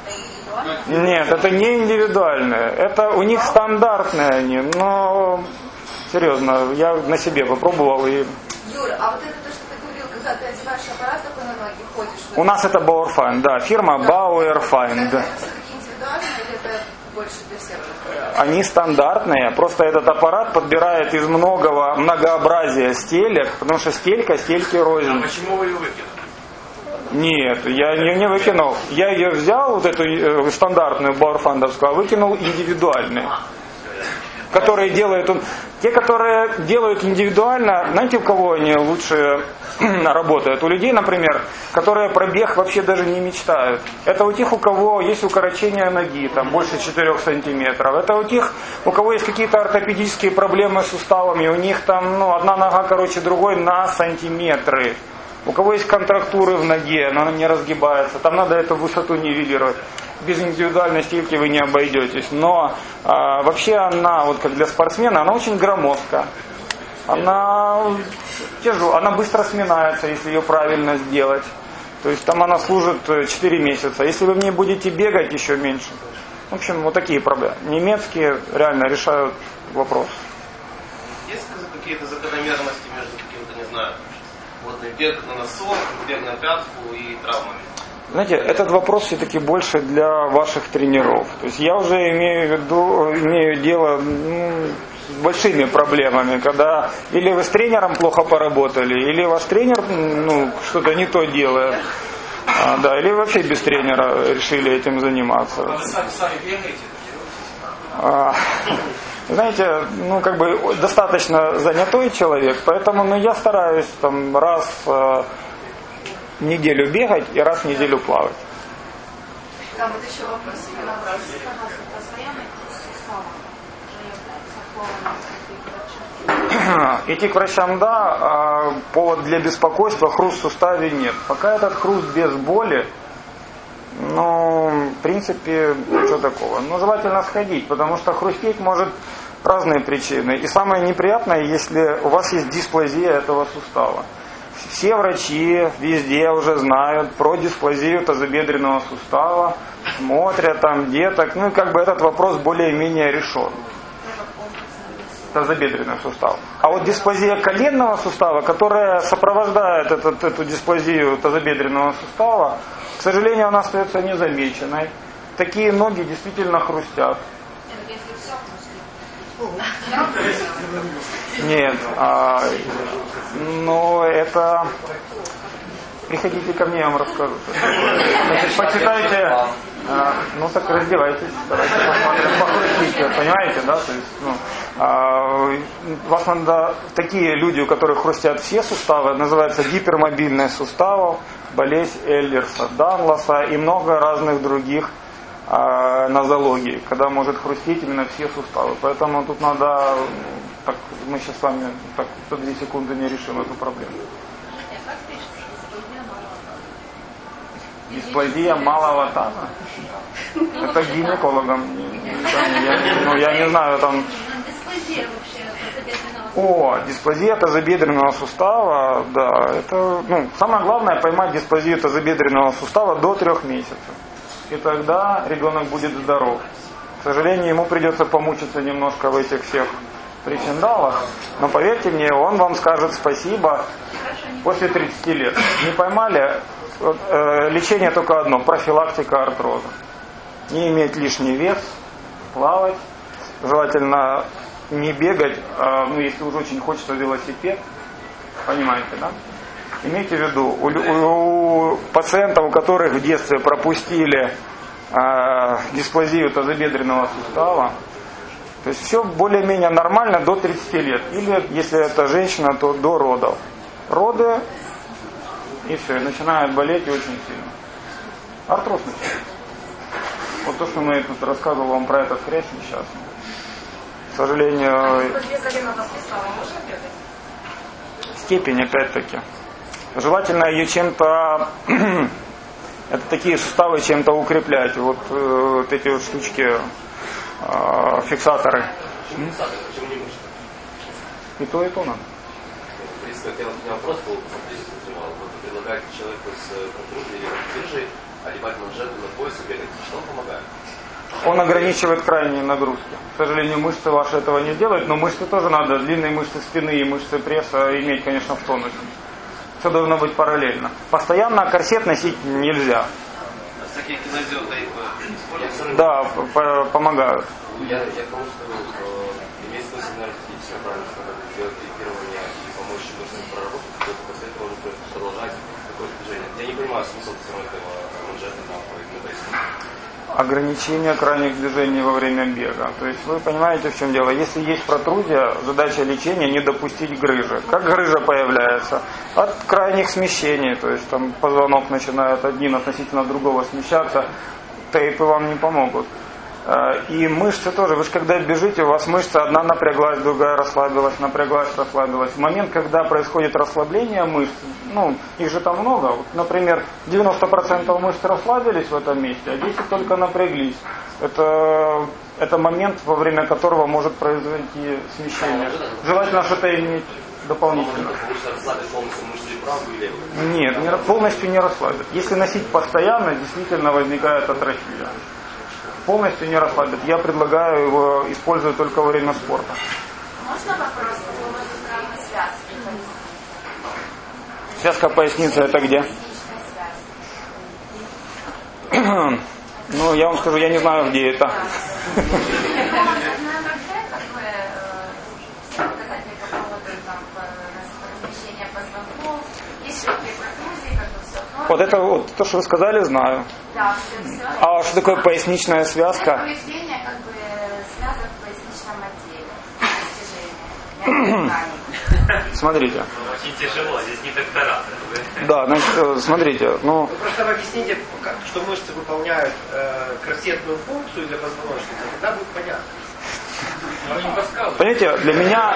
Нет, это не индивидуальные. Это у них стандартные они. Но серьезно, я на себе попробовал и... Юра, а вот это то, что ты говорил, когда ты одеваешь аппарат, такой на ноги ходишь. У нас это Bauerfeind, да, фирма Bauerfeind. Это все-таки индивидуально или это больше для всех? Они стандартные, просто этот аппарат подбирает из многообразия стелек, потому что стельки рознь. А почему вы ее выкинули? Нет, я не выкинул. Я ее взял, вот эту стандартную Bauerfeindовскую, а выкинул индивидуальные. Которые делают те, которые делают индивидуально, знаете, у кого они лучше работают? У людей, например, которые пробег вообще даже не мечтают. Это у тех, у кого есть укорочение ноги, там больше 4 сантиметров. Это у тех, у кого есть какие-то ортопедические проблемы с суставами, у них там одна нога короче другой на сантиметры. У кого есть контрактуры в ноге, она не разгибается, там надо эту высоту нивелировать. Без индивидуальной стельки вы не обойдетесь. Но вообще она, вот как для спортсмена, она очень громоздкая. Она тяжелая, она быстро сминается, если ее правильно сделать. То есть там она служит 4 месяца. Если вы в ней будете бегать, еще меньше. В общем, вот такие проблемы. Немецкие реально решают вопрос. Есть какие-то закономерности между каким-то, не знаю, водный бег на носок, бег на пятку и травмами? Знаете, этот вопрос все-таки больше для ваших тренеров. То есть я уже имею дело с большими проблемами, когда или вы с тренером плохо поработали, или ваш тренер что-то не то делает. Да, или вообще без тренера решили этим заниматься. А вы сами бегаете? Знаете, достаточно занятой человек, поэтому я стараюсь там раз в неделю бегать и раз в неделю плавать. Там вот еще вопрос. Идти к врачам, да, а повод для беспокойства, хруст в суставе нет. Пока этот хруст без боли, в принципе, ничего такого. Но желательно сходить, потому что хрустеть может разные причины. И самое неприятное, если у вас есть дисплазия этого сустава. Все врачи везде уже знают про дисплазию тазобедренного сустава, смотрят там деток, этот вопрос более-менее решен. Тазобедренный сустав. А вот дисплазия коленного сустава, которая сопровождает эту дисплазию тазобедренного сустава, к сожалению, она остается незамеченной. Такие ноги действительно хрустят. Нет, но это... Приходите ко мне, я вам расскажу. Значит, почитайте, так раздевайтесь, давайте посмотрим, похрустите, понимаете, да? То есть, вас надо, такие люди, у которых хрустят все суставы, называется гипермобильность суставов, болезнь Эллерса, Данлоса и много разных других нозологий, когда может хрустеть именно все суставы. Поэтому тут надо, мы сейчас с вами за 2 секунды не решим эту проблему. Дисплазия малого таза? Это гинекологам. Я не знаю, там... Дисплазия вообще тазобедренного Дисплазия тазобедренного сустава, да, это, самое главное поймать дисплазию тазобедренного сустава до 3 месяцев. И тогда ребенок будет здоров. К сожалению, ему придется помучиться немножко в этих всех причиндалах, но поверьте мне, он вам скажет спасибо после 30 лет. Не поймали? Лечение только одно, профилактика артроза. Не иметь лишний вес, плавать, желательно не бегать, если уже очень хочется велосипед, понимаете, да? Имейте в виду, у пациентов, у которых в детстве пропустили дисплазию тазобедренного сустава, то есть все более-менее нормально до 30 лет. Или, если это женщина, то до родов. Роды, и все, и начинает болеть и очень сильно. Артроз начинается. Вот то, что мы тут рассказывал вам про этот хрящ несчастный. К сожалению, степень опять-таки. Желательно ее чем-то, это такие суставы чем-то укреплять. Вот эти вот штучки, фиксаторы. И то надо. В принципе, у меня вопрос был, вы предлагаете человеку с контрузией или грыжей одевать манжеты на пояс и бегать. Что он помогает? Он ограничивает крайние нагрузки. К сожалению, мышцы ваши этого не делают, но мышцы тоже надо, длинные мышцы спины и мышцы пресса иметь, конечно, в тонусе. Все должно быть параллельно. Постоянно корсет носить нельзя. Всякие кинезиоты используют? Да, помогают. Я потому что имеет смысл, наверное, физически правильно делать корректирование и помочь мышцам проработать, только после этого уже продолжать какое-то движение. Я не понимаю смысл все равно этого манжета на пояснице. Ограничение крайних движений во время бега. То есть вы понимаете, в чем дело. Если есть протрузия, задача лечения не допустить грыжи. Как грыжа появляется? От крайних смещений. То есть там позвонок начинает один относительно другого смещаться. Тейпы вам не помогут. И мышцы тоже. Вы же когда бежите, у вас мышца одна напряглась, другая расслабилась, напряглась, расслабилась. В момент, когда происходит расслабление мышц, их же там много. Вот, например, 90% мышц расслабились в этом месте, а 10% только напряглись. Это момент, во время которого может произойти смещение. Желательно что-то иметь дополнительно. Нет, полностью не расслабит. Если носить постоянно, действительно возникает атрофия. Полностью не расслабит. Я предлагаю его использовать только во время спорта. Можно вопрос по поводу связки? Связка поясницы это где? Я вам скажу, я не знаю, где это. Вот это вот то, что вы сказали, знаю. Да, все. А что такое поясничная связка? Это повреждение связок в поясничном отделе. Смотрите. Очень тяжело, здесь не докторат. Да, значит, смотрите. Вы просто объясните, что мышцы выполняют корсетную функцию для позвоночника, тогда будет понятно. Понимаете, для меня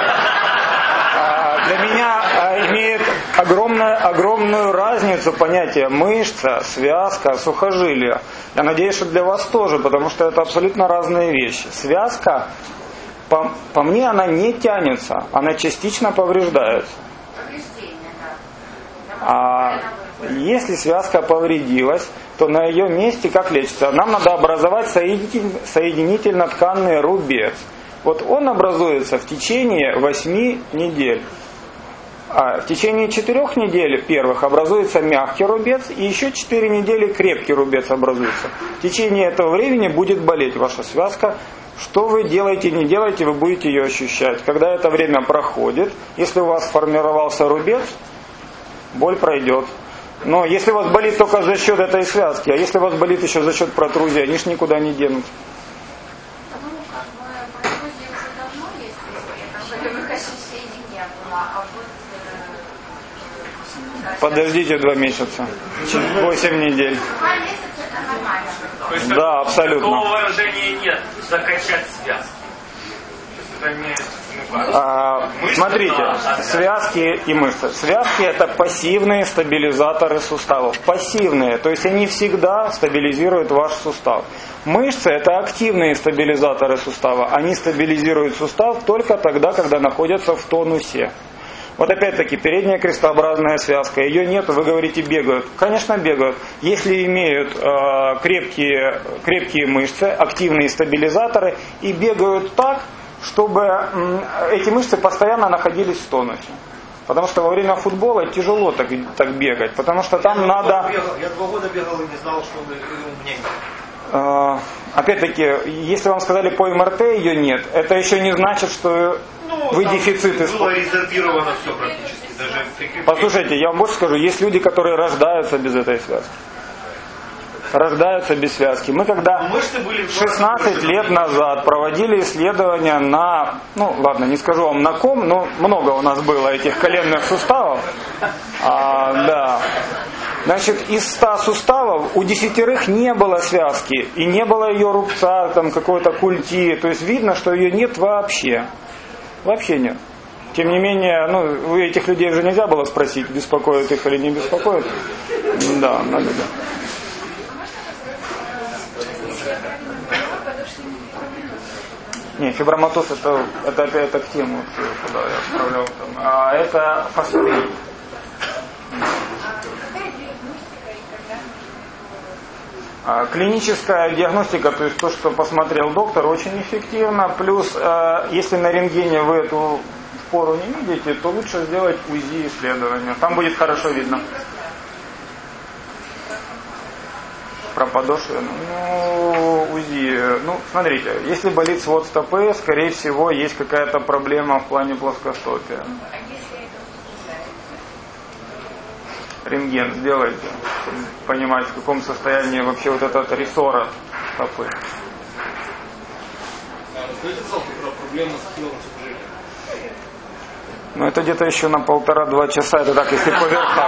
имеет огромную разницу понятие мышца, связка, сухожилие. Я надеюсь, что для вас тоже, потому что это абсолютно разные вещи. Связка, по мне, она не тянется, она частично повреждается. А если связка повредилась, то на ее месте как лечится? Нам надо образовать соединительно-тканный рубец. Вот он образуется в течение 8 недель. А в течение 4 недель первых образуется мягкий рубец, и еще 4 недели крепкий рубец образуется. В течение этого времени будет болеть ваша связка. Что вы делаете, не делаете, вы будете ее ощущать. Когда это время проходит, если у вас сформировался рубец, боль пройдет. Но если у вас болит только за счет этой связки, а если у вас болит еще за счет протрузии, они ж никуда не денут. Протрузии уже давно есть, таких ощущений не было, а вот... Подождите 2 месяца. 8 недель. 2 месяца это нормально. Да, абсолютно. Такого выражения нет. Закачать связки. Это не... Смотрите, связки и мышцы. Связки это пассивные стабилизаторы суставов. Пассивные, то есть они всегда стабилизируют ваш сустав. Мышцы – это активные стабилизаторы сустава. Они стабилизируют сустав только тогда, когда находятся в тонусе. Вот опять-таки, передняя крестообразная связка, ее нет, вы говорите, бегают. Конечно, бегают. Если имеют крепкие мышцы, активные стабилизаторы, и бегают так, чтобы эти мышцы постоянно находились в тонусе. Потому что во время футбола тяжело так бегать, потому что там надо... Я 2 года бегал и не знал, что у меня нет. Опять-таки, если вам сказали по МРТ ее нет, это еще не значит, что вы дефицит используете. Было резервировано все практически. Даже Послушайте, я вам больше скажу, есть люди, которые рождаются без этой связки. Рождаются без связки. Мы когда 16 лет назад проводили исследования на, не скажу вам на ком, но много у нас было этих коленных суставов. Да. Значит, из 100 суставов у 10 не было связки. И не было ее рубца, какой-то культи. То есть видно, что ее нет вообще. Вообще нет. Тем не менее, этих людей уже нельзя было спросить, беспокоит их или не беспокоит. Да, надо. Не, фиброматоз это опять к тему, куда я отправлял там. А это фасцит. Клиническая диагностика, то есть то, что посмотрел доктор, очень эффективно. Плюс, если на рентгене вы эту пору не видите, то лучше сделать УЗИ исследование. Там будет хорошо видно. Про подошвы. УЗИ. Смотрите, если болит свод стопы, скорее всего, есть какая-то проблема в плане плоскостопия. Рентген сделайте, чтобы понимать, в каком состоянии вообще вот этот рессора стопы. Скажите, пожалуйста, про проблему с хилом сухожилия. Это где-то еще на 1,5-2 часа, это так, если по верхам.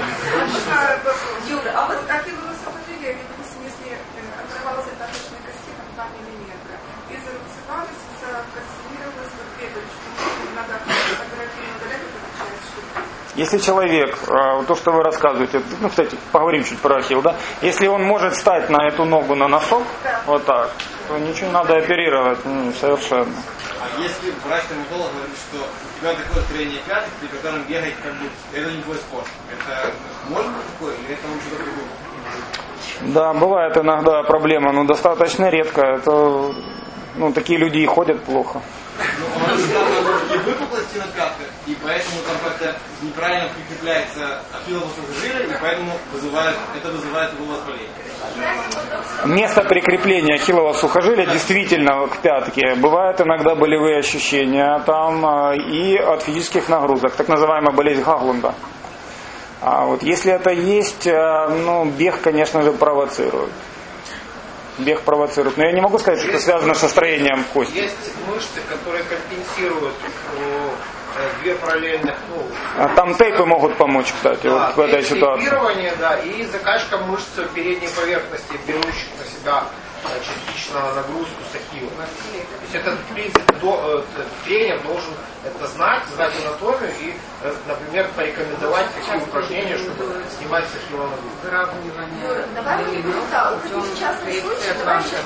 Юра, а вот ахиллово сухожилие, допустим, если оторвалась от таточной кости, там миллиметра, и зарубцевалась, закарцинировалась, бегали, что надо оперативно удалять эту часть, чтобы... Если человек, то, что вы рассказываете, кстати, поговорим чуть про ахилл, да? Если он может встать на эту ногу на носок, вот так, то ничего не надо оперировать, совершенно. А если врач-стоматолог говорит, что у тебя такое строение пяток, при котором бегать это не твой спорт, это может быть такое, или это лучше по-другому? Да, бывает иногда проблема, но достаточно редко. Это, такие люди и ходят плохо. Он всегда и выпуклости на пятках, и поэтому там как-то неправильно прикрепляется ахиллово сухожилие, и поэтому это вызывает его воспаление. Место прикрепления ахиллова сухожилия действительно к пятке. Бывают иногда болевые ощущения там и от физических нагрузок, так называемая болезнь Хаглунда. А вот если это есть, бег, конечно же, провоцирует. Бег провоцирует. Но я не могу сказать, что это связано со строением кости. Есть мышцы, которые компенсируют две параллельных. Там тейпы могут помочь, кстати, да, вот в этой ситуации. Тейпирование, да, и закачка мышц передней поверхности, берущих на себя частично нагрузку с ахиллом. То есть этот принцип тренер должен это знать анатомию и, например, порекомендовать такие упражнения, чтобы снимать с ахилла нагрузку. Давай мы не будем, да, частный случай, давай сейчас.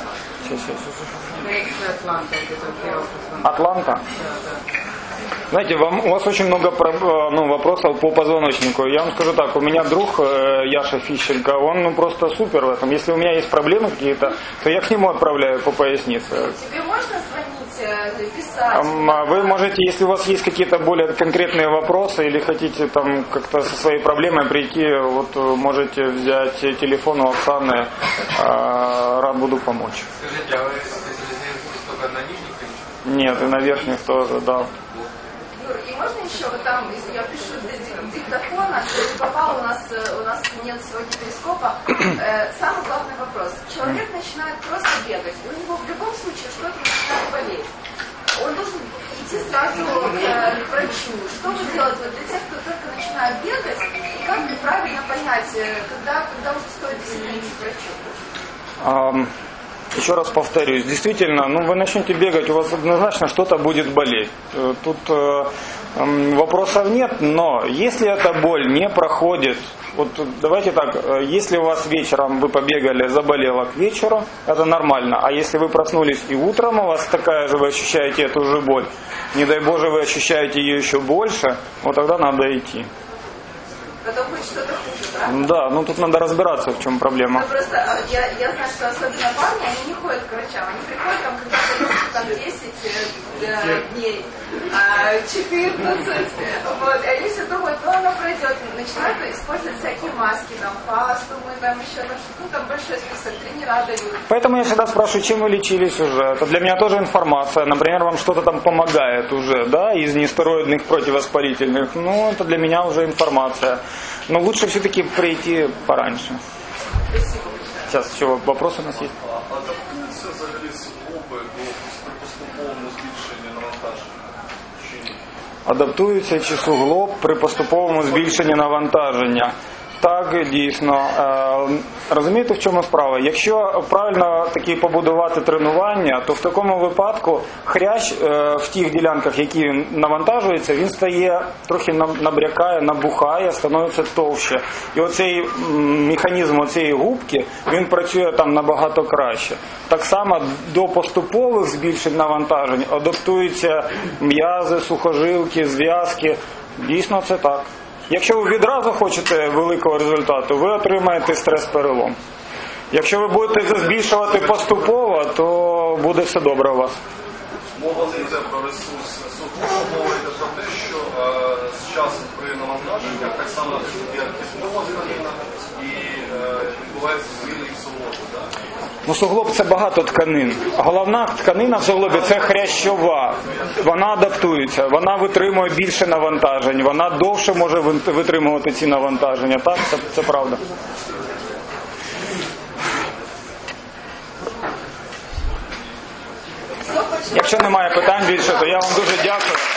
Атланта? Знаете, у вас очень много вопросов по позвоночнику. Я вам скажу так, у меня друг Яша Фищенко, он просто супер в этом. Если у меня есть проблемы какие-то, то я к нему отправляю по пояснице. Тебе можно звонить, писать? Вы можете, если у вас есть какие-то более конкретные вопросы или хотите там как-то со своей проблемой прийти, вот можете взять телефон у Оксаны, рад буду помочь. Скажите, а вы специализируетесь только на нижних конечностях? Нет, и на верхних тоже, да. Юр, и можно еще, вот там, если я пишу диктофон, не попал, у нас нет сегодня перископа. Самый главный вопрос. Человек начинает просто бегать, у него в любом случае что-то начинает болеть. Он должен идти сразу к врачу. Что вы делаете вот для тех, кто только начинает бегать, и как правильно понять, когда уже стоит действительно идти к врачу? Еще раз повторюсь, действительно, вы начнете бегать, у вас однозначно что-то будет болеть. Тут Вопросов нет, но если эта боль не проходит, вот давайте так, если у вас вечером вы побегали, заболело к вечеру, это нормально, а если вы проснулись и утром у вас такая же, вы ощущаете эту же боль, не дай Боже, вы ощущаете ее еще больше, вот тогда надо идти. Потом будет что-то хуже, правда? Да, ну тут надо разбираться, в чем проблема. Ну, просто я знаю, что особенно парни, они не ходят к врачам. Они приходят там когда-то там 10 дней, 14, вот, и они все думают, ну оно пройдет. Начинают использовать всякие маски, там, пасту, мы там еще, ну там большой список, тренера дают. Поэтому я всегда спрашиваю, чем вы лечились уже. Это для меня тоже информация. Например, вам что-то там помогает уже, да, из нестероидных противовоспалительных. Ну, это для меня уже информация. Но лучше все-таки прийти пораньше. Спасибо. Сейчас еще вопросы у нас есть. Адаптуються взагалі суглоби до поступовому збільшенню навантаження? Адаптується чи суглоб при поступовому збільшенні навантаження? Так, дійсно. Розумієте, в чому справа? Якщо правильно таки побудувати тренування, то в такому випадку хрящ в тих ділянках, які він навантажується, він стає, трохи набрякає, набухає, становиться товще. І оцей механізм оцієї губки, він працює там набагато краще. Так само до поступових збільшень навантажень адаптуються м'язи, сухожилки, зв'язки. Дійсно, це так. Якщо ви відразу хочете великого результату, ви отримаєте стрес-перелом. Якщо ви будете це збільшувати поступово, то буде все добре у вас. Мова не йде про ресурс суглоба, мова йде про те, що з часом при навантаженнях, так само як підмова тканина, і відбувається зміни і в суглобі. Ну, суглоб – це багато тканин. Головна тканина в суглобі – це хрящова. Вона адаптується, вона витримує більше навантажень, вона довше може витримувати ці навантаження. Так, це правда. Якщо немає питань більше, то я вам дуже дякую.